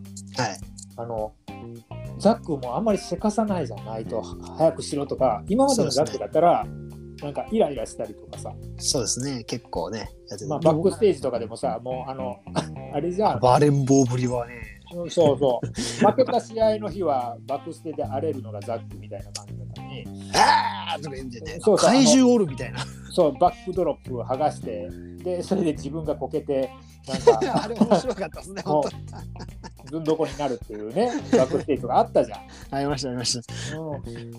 ザックもあんまりせかさないじゃん、内藤早くしろとか。今までのザックだったらなんかイライラしたりとかさ、 そうですね、結構ねバックステージとかでもさ、もうあれじゃん、 バレンボーぶりはね、 そう負けた試合の日はバックステで荒れるのがザックみたいな感じだったのに、 あーとか言ってね、怪獣おるみたいな、 バックドロップを剥がして、でそれで自分がこけてなんかあれ面白かったですね本当に。 ずんどこになるっていうねバックステージがあったじゃん。 ありました、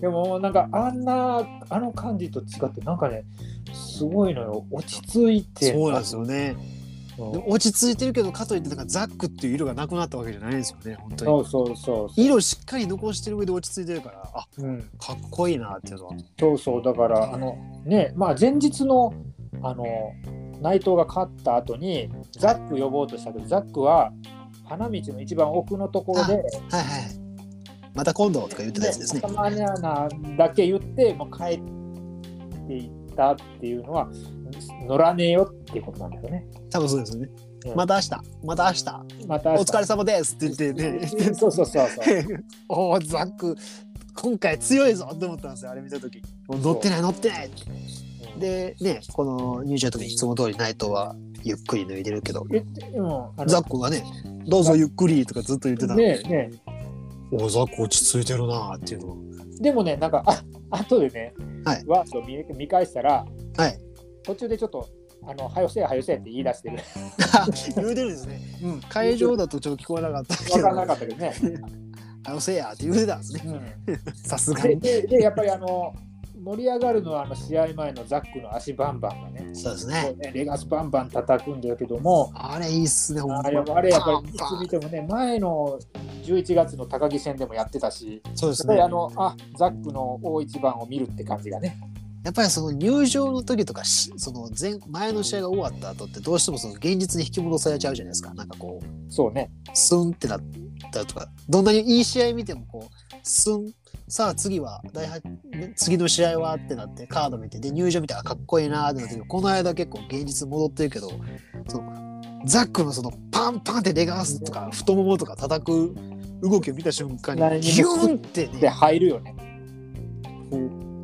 でもなんかあの感じと違ってなんかねすごいのよ、落ち着いて。 そうなんですよね、落ち着いてるけどかといってなんかザックっていう色がなくなったわけじゃないんですよね本当に。 そう色しっかり残してる上で落ち着いてるからかっこいいなっていうのは。 そうだからね、まあ前日の内藤が勝った後にザック呼ぼうとしたけど、ザックは花道の一番奥のところで、 また今度とか言ってたやつですね。 たまにだけ言ってもう帰っていったっていうのは乗らねえよっていうことなんだよね。 多分そうですよね。また明日お疲れ様ですって言ってね。 そうおおザック今回強いぞって思ったんですよ、あれ見た時。乗ってないでね、この入場の時にいつも通り内藤はゆっくり脱いでるけど、ザックがねどうぞゆっくりとかずっと言ってたので、おザック落ち着いてるなっていうの。でもねなんか後でね、ワードを見返したら、途中でちょっとはよせって言い出してる言うてるんですね、会場だとちょっと聞こえなかったけど分からなかったけどねはよせやって言うてたんですね、さすがに。 でやっぱり盛り上がるのは試合前のザックの足バンバンがね、 そうですね、 レガスバンバン叩くんだけども、 あれいいっすね、 あれやっぱりいつ見てもね、前の11月の高木戦でもやってたし、 そうですね、 やっぱりザックの大一番を見るって感じがね。 やっぱりその入場の時とかその前の試合が終わった後ってどうしてもその現実に引き戻されちゃうじゃないですか。なんかこうそうね、 スンってなったとか、どんなにいい試合見てもこうスン、さあ次は次の試合はってなってカード見て、で入場見てかっこいいなーってなって、この間結構現実戻ってるけど、そのザックのそのパンパンってレガースとか太ももとか叩く動きを見た瞬間にギューンってねで入るよね。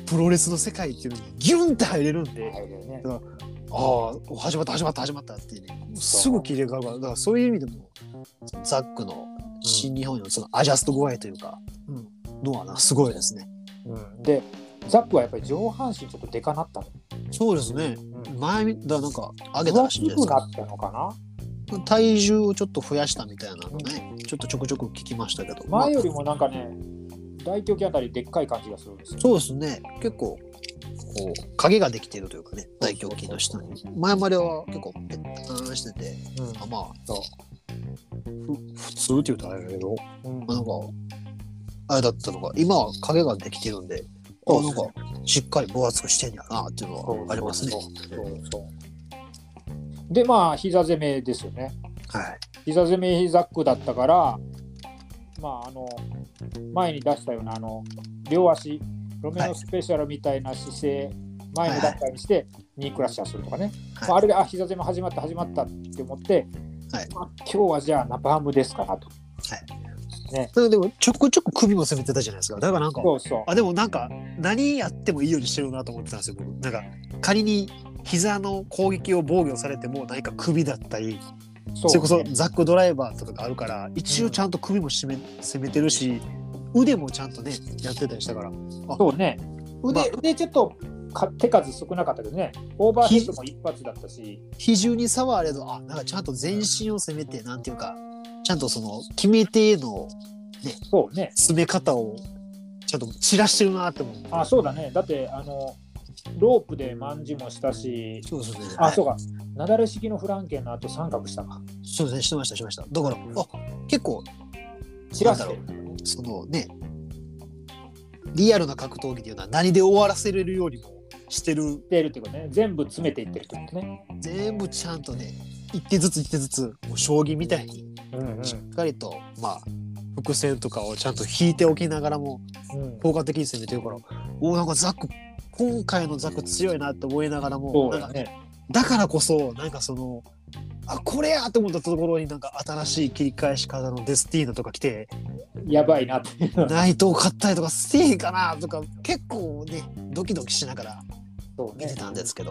プロレスの世界っていうのにギュンって入れるんで、 入るよね。 ああ始まったってねすぐ切り替わるから、だからそういう意味でもザックの新日本のそのアジャスト具合というか、のはなすごいですね。 でザックはやっぱり上半身ちょっとでかなったの。 そうですね。前だなんか上げたらしいんですか。なったのかな。 体重をちょっと増やしたみたいなのね、ちょっとちょくちょく聞きましたけど。 前よりもなんかね、大胸筋あたりでっかい感じがするんですよ。 そうですね。結構こう影ができているというかね、大胸筋の下に。前までは結構ペッタンしてて、まあ普通って言うとあれだけど、なんかあれだったのが今は影ができてるんで。なんかしっかり分厚くしてんやなっていうのはありますね。 でまあ膝攻めですよね。 はい。 膝攻めザックだったから、まあ前に出したような両足ロメオスペシャルみたいな姿勢、前の段階にしてニークラッシャーするとかね。あれで膝攻め始まったって思って、今日はじゃあナパームですかなと。 ね、でもちょくちょく首も攻めてたじゃないですか。だからなんかでもなんか何やってもいいようにしてるなと思ってたんですよ。僕なんか仮に膝の攻撃を防御されても何か首だったり、それこそザックドライバーとかがあるから一応ちゃんと首も攻めてるし、腕もちゃんとねやってたりしたから。 そうね。腕ちょっと手数少なかったけどね。オーバーヘッドも一発だったし。 比重に差はあれど、なんかちゃんと全身を攻めてなんていうか。ちゃんとその決め手のね、詰め方をちゃんと散らしてるなって思う。 そうだね。だってロープでマンジもしたし、 そうですね。 そうか。なだれ式のフランケンの後三角したか。 そうですね。してました。だから結構散らしてそのねリアルな格闘技っていうのは何で終わらせれるようにもしてるってことね。全部詰めていってるってことね。 全部ちゃんとね一手ずつもう将棋みたいに。しっかりと伏線とかをちゃんと引いておきながらも効果的に攻めてるから、なんかザック今回のザック強いなって思いながらも、なんかだからこそなんかそのこれやと思ったところになんか新しい切り返し方のデスティーナとか来てやばいなって内藤勝ったりとかせえへんかなとか結構ねドキドキしながら見てたんですけど。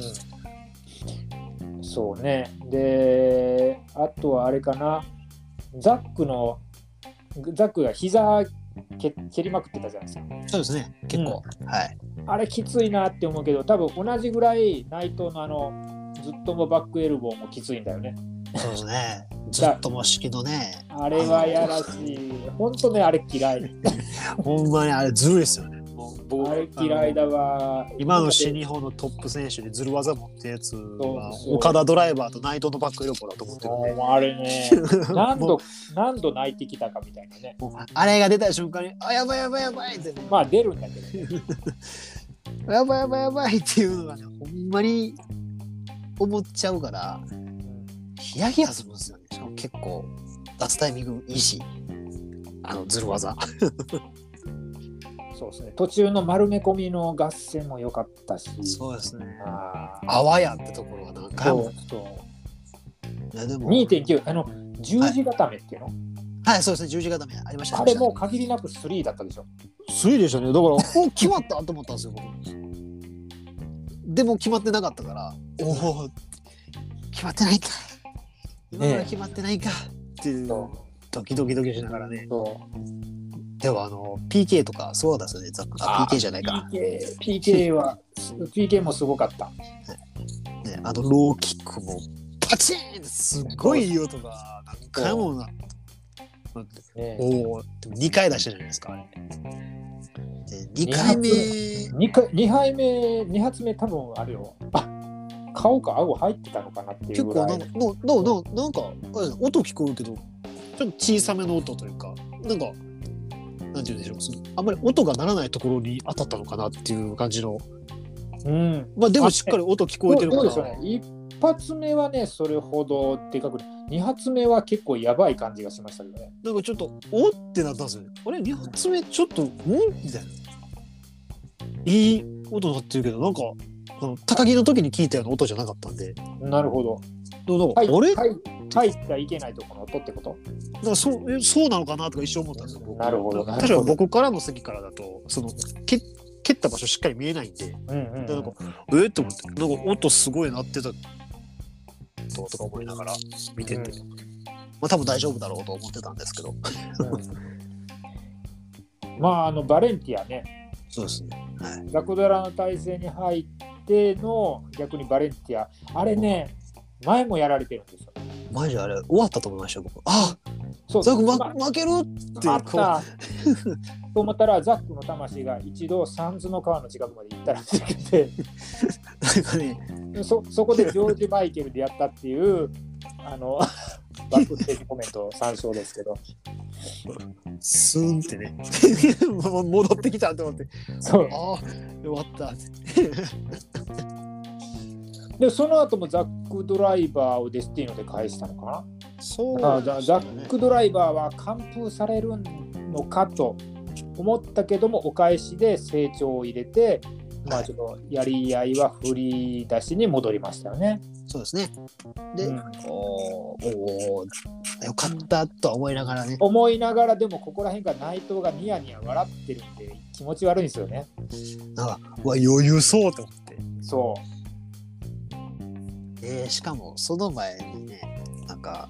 そうね。であとはあれかな、ザックが膝蹴りまくってたじゃないですか。 そうですね、結構、 あれきついなって思うけど、多分同じぐらい内藤のずっともバックエルボーもきついんだよね。 そうですね、ずっとも式のねあれはやらしい。本当ね、あれ嫌いほんまにあれずるいですよね。 あれ嫌いだわ。 今の新日本のトップ選手でずる技持ってるやつは岡田ドライバーと内藤のバックエルボーだと思ってるんで、 あれね何度泣いてきたかみたいなね。 あれが出た瞬間にやばいって、ね、 出るんだけどねやばいっていうのがねほんまに思っちゃうからヒヤヒヤするんですよね。しかも結構脱タイミングいいしずる技そうですね、途中の丸め込みの合戦も良かったし。 そうですね。あわやってところは何回も。 いやでも 2.9 十字固めっていうの。 そうですね、十字固めありました。 あれもう限りなく3だったでしょ。 3でしたね。だから決まったと思ったんですよ僕。でも決まってなかったから決まってないか今から決まってないかっていうドキドキしながらね。でもPK とかそうですよね。ザックPK じゃないか。 PK もすごかった。 ね、ローキックもパチーンってすごいいい音が何回もな。でも2回出したじゃないですか。2回目 2発目多分あれよ。顔か顎入ってたのかなっていうぐらい。 結構なんか音聞こえるけどちょっと小さめの音というかなんか。なんて言うんでしょう、あんまり音が鳴らないところに当たったのかなっていう感じの、でもしっかり音聞こえてるから。 そうですよね。1発目はねそれほどでかく2発目は結構やばい感じがしましたけどね。 なんかちょっとおってなったんですよね。あれ2発目ちょっとみたいないい音鳴ってるけどなんか高木の時に聞いたような音じゃなかったんで。 なるほど。入ってはいけないところの音ってこと？ だからそうなのかなとか一生思ったんですよ。 なるほど。 確か僕からの席からだと蹴っった場所しっかり見えないんで、でなんかと思ってなんか音すごい鳴ってたとか思いながら見てて、まあ多分大丈夫だろうと思ってたんですけど、 まあバレンティアね、 そうですね、はい、 ザクドラの体制に入っての逆にバレンティア、あれね前もやられてるんですよ。 マジあれ終わったと思いました僕。 そうザク負けるってあったと思ったらザックの魂が一度サンズの川の近くまで行ったらしくてなんかねそこでジョージ・マイケルでやったっていうバックステージコメント参照ですけど、 スーンってね戻ってきたと思って、 そう終わったでその後もザックドライバーをデスティーノで返したのかな。 そうザックドライバーは完封されるのかと思ったけども、お返しで成長を入れて、まあちょっとやり合いは振り出しに戻りましたよね。 そうですね。で、よかったとは思いながらね。 思いながらでもここら辺が内藤がニヤニヤ笑ってるんで気持ち悪いんですよね。 なんか余裕そうと思って。 そう。 しかもその前にね、なんか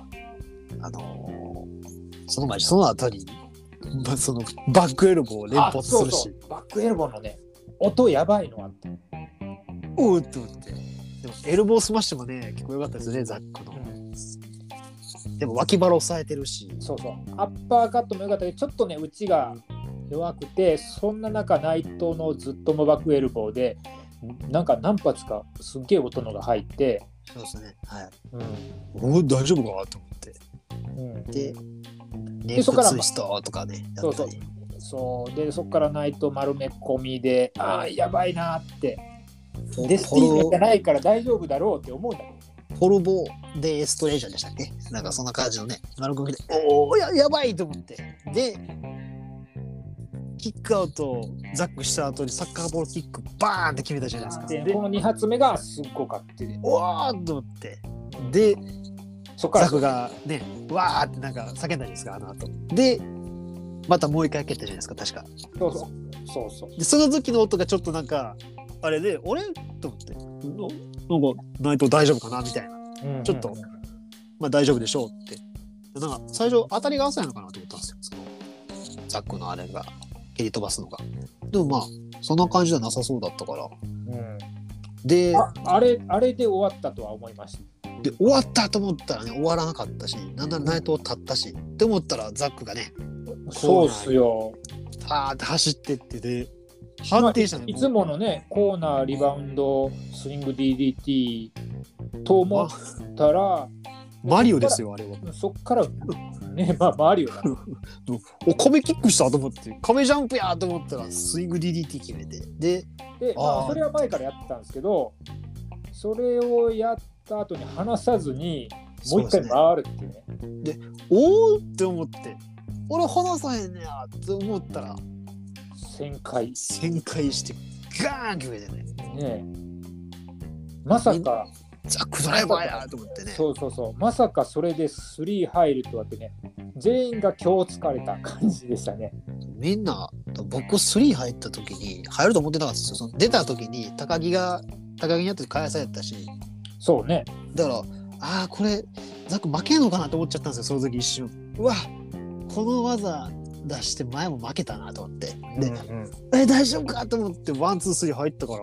その後に、そのバックエルボーを連発するし、 そうバックエルボーのね音やばいのあった。 おうと思って。でもエルボースマッシュもね結構良かったですねザックの。でも脇腹押さえてるし。 そうアッパーカットも良かったけどちょっとね内が弱くて、そんな中内藤のずっともバックエルボーでなんか何発かすっげえ音のが入って。 そうですね。はい。大丈夫かなと思って。で、ネックツイストとかね。 そうでそこからナイト丸め込みで、やばいなって、デスティーノじゃないから大丈夫だろうって思うんだけど、 フォルボでエストレージャーでしたっけ、なんかそんな感じのね丸組で、やばいと思って、でキックアウトザックした後にサッカーボールキックバーンって決めたじゃないですか。 でこの2発目がすっごかって、 わーっと思って、でそっからザクがねわーってなんか叫んだじゃないですか、あの後でまたもう一回蹴ったじゃないですか確か。そうでその時の音がちょっとなんかあれで俺と思って、なんかナイト大丈夫かなみたいな、ちょっとまあ大丈夫でしょうって、なんか最初当たりが浅いのかなと思ったんですよ、そのザックのあれが蹴り飛ばすのが。でもまあそんな感じじゃなさそうだったから、であれで終わったとは思いました。 で終わったと思ったらね終わらなかったし、なんならナイトを立ったしって思ったらザックがね、 そうっすよ、 パーって走ってってで判定したね、 いつものねコーナーリバウンドスイング DDT と思ったらマリオですよあれは。 そっからね、まあマリオだ壁キックしたと思って壁ジャンプやと思ったらスイング DDT 決めて、でまあそれは前からやってたんですけど、それをやった後に離さずにもう一回回るっていうね。 でおーって思って、俺離さへんねやって思ったら旋回してガーン決めてね。 まさかザックドライバーやと思ってね。 そうまさかそれで3入るとはってね、全員が今日疲れた感じでしたね。 みんな僕3入った時に入ると思ってなかったですよ。その出た時に高木にやって返されたし、 そうね、 だからこれザック負けんのかなと思っちゃったんですよ、その時一瞬。うわこの技出して前も負けたなと思って、で、大丈夫かと思ってワンツースリー入ったから、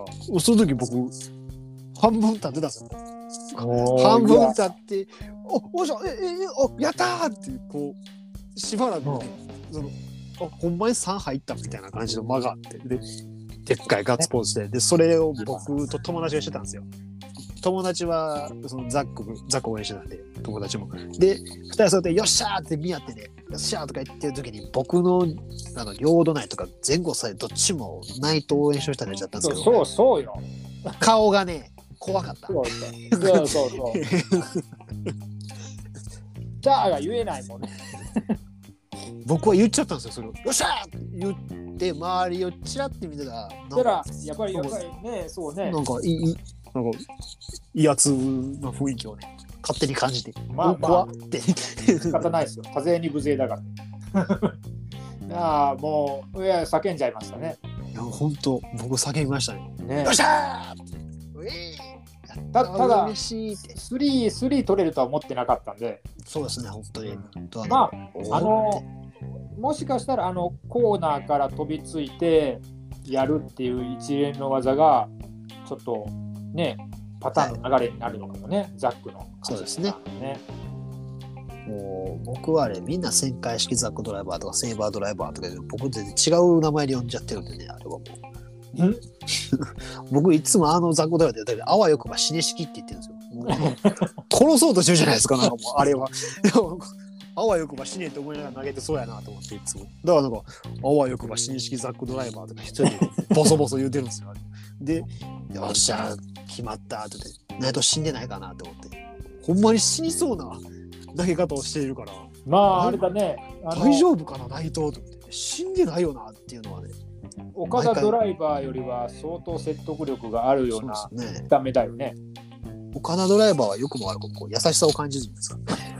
その時僕半分立ってたんですよ。半分立っておっしゃやったーってこうしばらくそのほんまに3入ったみたいな感じの間があって、でっかいガッツポーズでそれを僕と友達がしてたんですよ。友達はそのザック応援してたんで、友達もで2人そうやってよっしゃーって見合ってね、よっしゃーとか言ってる時に僕の両隣とか前後左右どっちも内藤応援してた人だったんですけど、 そうよ、 顔がね怖かった。そうじゃあが言えないもんね僕は言っちゃったんですよ、それをよっしゃーって言って周りをチラッて見てたら、 やっぱりね、そうね、 なんか威圧の雰囲気をね勝手に感じて、怖って仕方ないですよ、多勢に無勢だからもう叫んじゃいましたね。 いや本当僕叫びましたね。 ねよっしゃーただ嬉しいって 3取れるとは思ってなかったんで、 そうですね本当に。 まあもしかしたらコーナーから飛びついてやるっていう一連の技がちょっとねパターンの流れになるのかもね、ザックの。 そうですね。もう僕はみんな旋回式ザックドライバーとかセイバードライバーとか僕全然違う名前で呼んじゃってるんでね、あれはもう。僕いつもザックドライバーであわよくば死ね式って言ってるんですよ。殺そうとしてるじゃないですか、なんかもうあれは。あわよくば死ねって思いながら投げてそうやなと思っていつも。だからなんかあわよくば死ね式ザックドライバーとか一人でボソボソ言うてるんですよ。で、よっしゃ決まったって言って、ないと死んでないかなと思って。ほんまに死にそうな投げ方をしているから、 まああれだね、 大丈夫かな内藤と思って、死んでないよなっていうのはね。 岡田ドライバーよりは相当説得力があるような見た目だよね。 岡田ドライバーはよくも悪くも優しさを感じるんですか。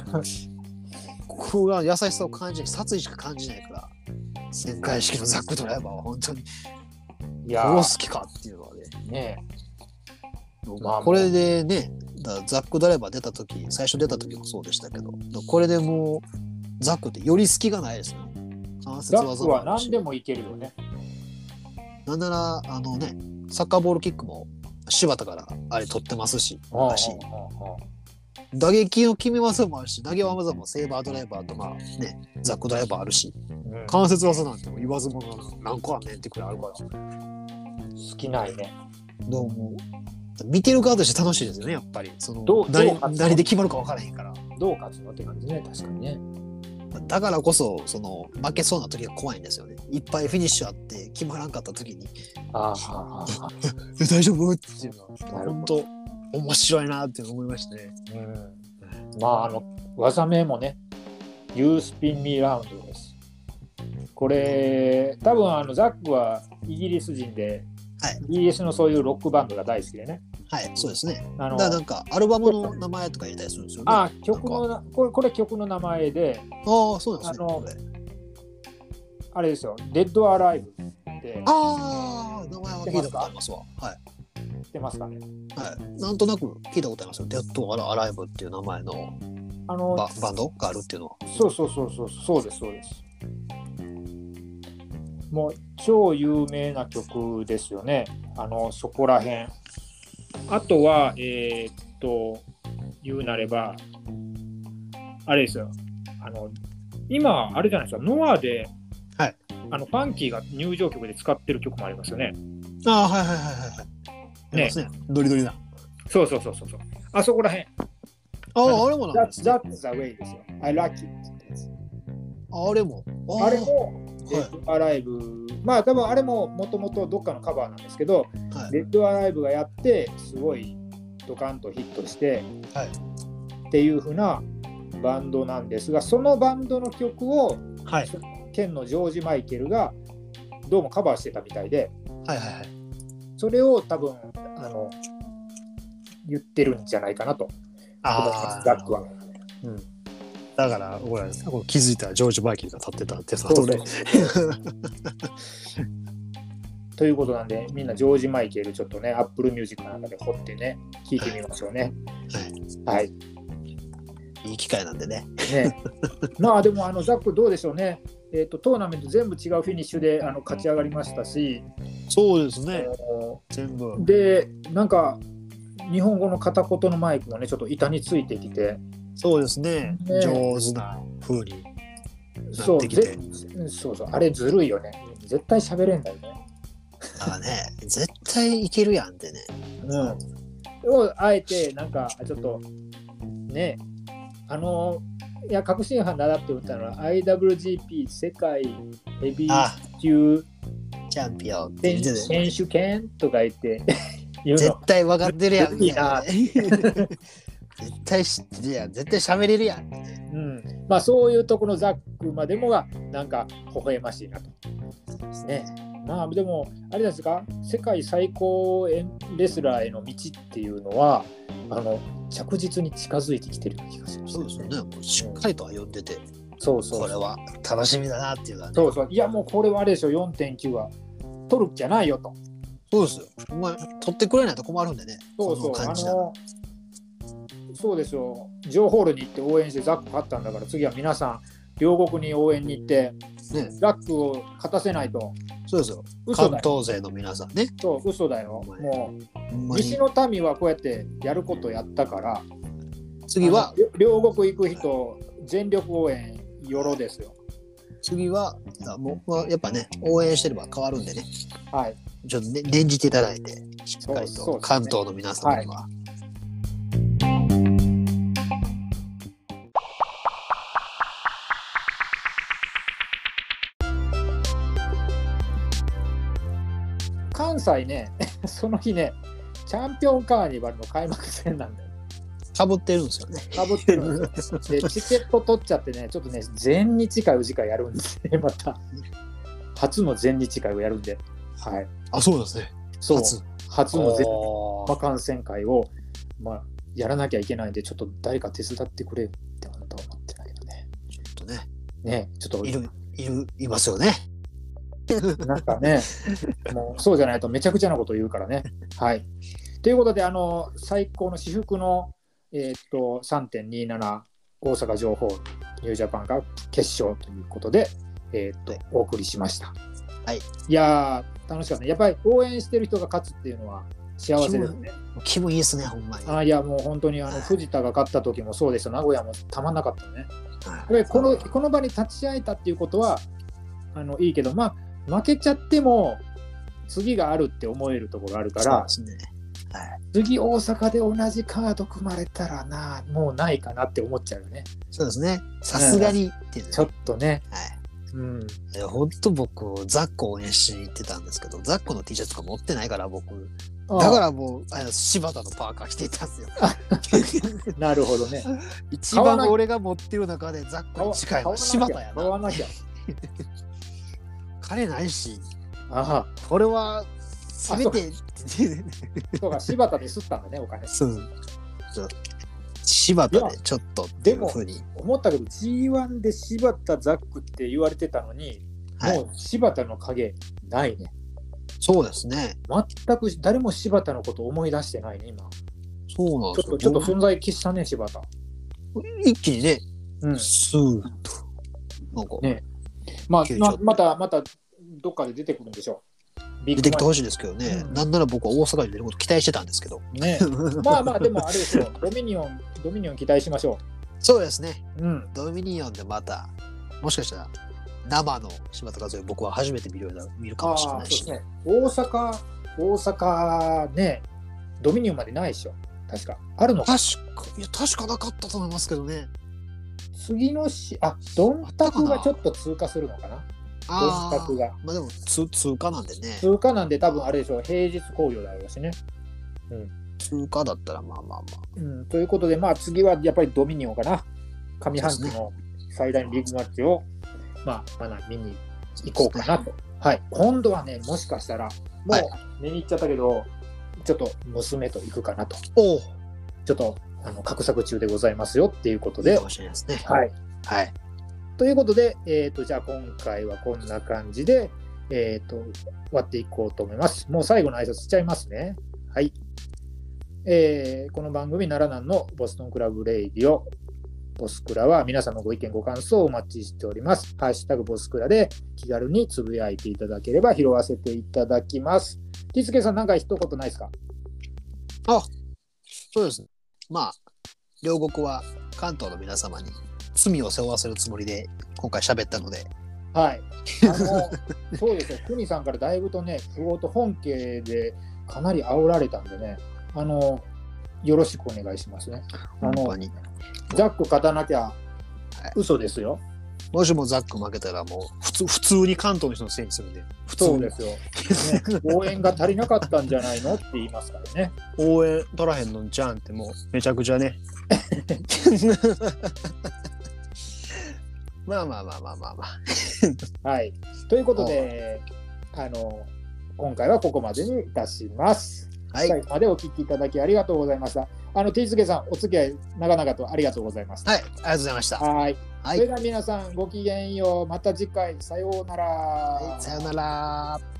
僕は優しさを感じない、殺意しか感じないから、旋回式のザックドライバーは本当に殺す気かっていうのはね。これでね、ザックドライバー最初出た時もそうでしたけど、これでもうザックってより隙がないですよね。関節技もあるし。ザックは何でもいけるよね。 なんならサッカーボールキックも柴田からあれ取ってますし、打撃の決め技もあるし、投げ技もセイバードライバーとザックドライバーあるし、関節技なんても言わずも何個あんねんってくらいあるから。 好きないね。 どうも見てる側として楽しいですよね、やっぱり。何で決まるか分からへんから。 どう勝つのって感じね、確かにね。 だからこそ負けそうな時が怖いんですよね。いっぱいフィニッシュあって決まらんかった時に大丈夫っていうのは本当面白いなって思いましたね。 まあ技名もね、You Spin Me Round です。これ多分ザックはイギリス人で、イギリスのそういうロックバンドが大好きでね。 はい、そうですね。だからなんかアルバムの名前とか入れたりするんですよね。 これ曲の名前で、 そうですね。 あれですよ、デッドアライブって。 名前は聞いたことありますわ。はい。 知ってますかね。 はい。なんとなく聞いたことありますよ。デッドアライブっていう名前のバンドがあるっていうのは。 そうです。もう超有名な曲ですよね。そこらへん。あとは言うなればあれですよ。今あれじゃないですか。ノアで、ファンキーが入場曲で使ってる曲もありますよね。 はいね。ドリドリだ。 そう。あそこらへん。 あれもなんですね。 That's the way ですよ。I like it ってやつ。 あれもデッドアライブ、まあ多分あれももともとどっかのカバーなんですけど、デッドアライブがやってすごいドカンとヒットして、っていう風なバンドなんですが、そのバンドの曲を、県のジョージ・マイケルがどうもカバーしてたみたいで、それを多分言ってるんじゃないかなと思います、ザックは。 だから気づいたらジョージ・マイケルが立ってたってそうで。 ということなんで、みんなジョージ・マイケルちょっとね、Apple Music なんかで掘ってね、聞いてみましょうね。はい。 いい機会なんでね。 まあでもザックどうでしょうね。トーナメント全部違うフィニッシュで勝ち上がりましたし。 そうですね。全部。 で、なんか日本語の片言のマイクもね、ちょっと板についてきて。 そうですね。上手な風になってきて。 そう、あれずるいよね。絶対喋れんだよね。 絶対いけるやんってね。 あえてなんかちょっとね、いや確信犯だなって思ったのは IWGP 世界ヘビー級チャンピオン選手権とか言って絶対分かってるやん。絶対知ってるやん。絶対喋れるやん。 まあそういうところのザックまでもがなんか微笑ましいなと。ね。まあでもあれですか、世界最高レスラーへの道っていうのは着実に近づいてきてる気がします。 そうですよね。しっかりとは読んでて、 これは楽しみだなっていう感じ。 いやもうこれはあれでしょ、4.9 は取るんじゃないよと。 そうですよ。お前取ってくれないと困るんでね。 そうそう、 の感じなのそうですよ。ジョーホールに行って応援してザック勝ったんだから、次は皆さん両国に応援に行ってね。 ザックを勝たせないと。 そうですよ。関嘘だよ。 東勢の皆さんね。 そう嘘だよ。 お前もうほんまに西の民はこうやってやることやったから、 次は両国行く人全力応援よろですよ。 もう、まあ、やっぱね応援してれば変わるんでね。 はい。 ちょっとね念じていただいてしっかりそうですねと関東の皆様には。 関西ね、その日ね、チャンピオンカーニバルの開幕戦なんだよ。 かぶってるんですよね。 かぶってるんですよ。で、チケット取っちゃってね、ちょっとね、全日会、宇治会やるんですね、また。初の全日会をやるんで。はい。 あ、そうですね。 そう。初の全おー観戦会を、まあ、やらなきゃいけないんで、ちょっと誰か手伝ってくれって本当は思ってないけどね。 ちょっとね、 ね、ちょっと、 いますよね。 なんかね、もうそうじゃないとめちゃくちゃなこと言うからね。はい。ということで、最高の私服の、3.27 大阪城ホールニュージャパンが決勝ということで、お送りしました。 はい。 いやー、楽しかったね。やっぱり応援してる人が勝つっていうのは幸せですね。 気分いいですね、ほんまに。 いや、もう本当に藤田が勝った時もそうでした。名古屋もたまんなかったね。 はいやっぱりこの場に立ち会えたっていうことはいいけど、まあ負けちゃっても次があるって思えるところがあるから、 そうですね。はい。 次大阪で同じカード組まれたらもうないかなって思っちゃうよね。 そうですね。さすがにっていうね。 ちょっとね。 はい。 うん。 本当僕ザックを応援しに行ってたんですけど、ザックの T シャツとか持ってないから僕。だからもう柴田のパーカー着ていたんですよ。 なるほどね。 一番俺が持ってる中でザックに近いのは柴田やな。 買わなきゃ。 金ないし、 あこれはせめてそうか、柴田で吸ったんだね、お金。 そう柴田でちょっとっていうふうに思ったけど G1 で柴田ザックって言われてたのに、 はい、 もう柴田の影ないね。 そうですね。 全く誰も柴田のこと思い出してないね、今。 そうなんですよ。 ちょっと存在消したね、柴田。 一気にね、 うん、 スーッとなんかね、またどっかで出てくるんでしょう。 出てきてほしいですけどね、なんなら僕は大阪に出ること期待してたんですけどね。まあでもあれですよ、ドミニオン期待しましょう。 そうですね、 うん、 ドミニオンでまたもしかしたら生の柴田和代僕は初めて見るかもしれないし、 ね、大阪ね、ドミニオンまでないでしょ、確か。あるのか。 確かなかったと思いますけどね。 次のドンタクがちょっと通過するのかな。ドンタクが。 まあでも通過なんでね。 通過なんで多分あれでしょう、平日興行だろうしね。 うん。通過だったらまあ。 うん、ということで、まあ次はやっぱりドミニオンかな。上半期の最大のビッグマッチを、まだ見に行こうかなと。はい。今度はね、もしかしたら、もう見に行っちゃったけど、ちょっと娘と行くかなと。ちょっと画策中でございますよっていうことで。 いいかもしれないですね。 はい。 はい。 ということで、じゃあ今回はこんな感じで、終わっていこうと思います。もう最後の挨拶しちゃいますね。はい。この番組、奈良南のボストンクラブレイディオ、ボスクラは皆さんのご意見ご感想をお待ちしております。ハッシュタグボスクラで気軽につぶやいていただければ拾わせていただきます。ティスケさん、なんか一言ないですか？ そうですね。まあ、両国は関東の皆様に罪を背負わせるつもりで今回喋ったので。 はい。そうですよ。国さんからだいぶとね、不法と本家でかなり煽られたんでね、よろしくお願いしますね。ザック勝たなきゃ嘘ですよ。 もしもザック負けたらもう普通に関東の人のせいにするんで。 そうですよ、ね。応援が足りなかったんじゃないのって言いますからね。 応援取らへんのじゃんってもうめちゃくちゃね。まあ。 はい。ということで、今回はここまでにいたします。 はい。 最後までお聞きいただきありがとうございました。ティスケさん、お付き合い長々とありがとうございました。 はい、ありがとうございました。 はい。それでは皆さん、ごきげんよう。また次回、さようなら。 はい、さようなら。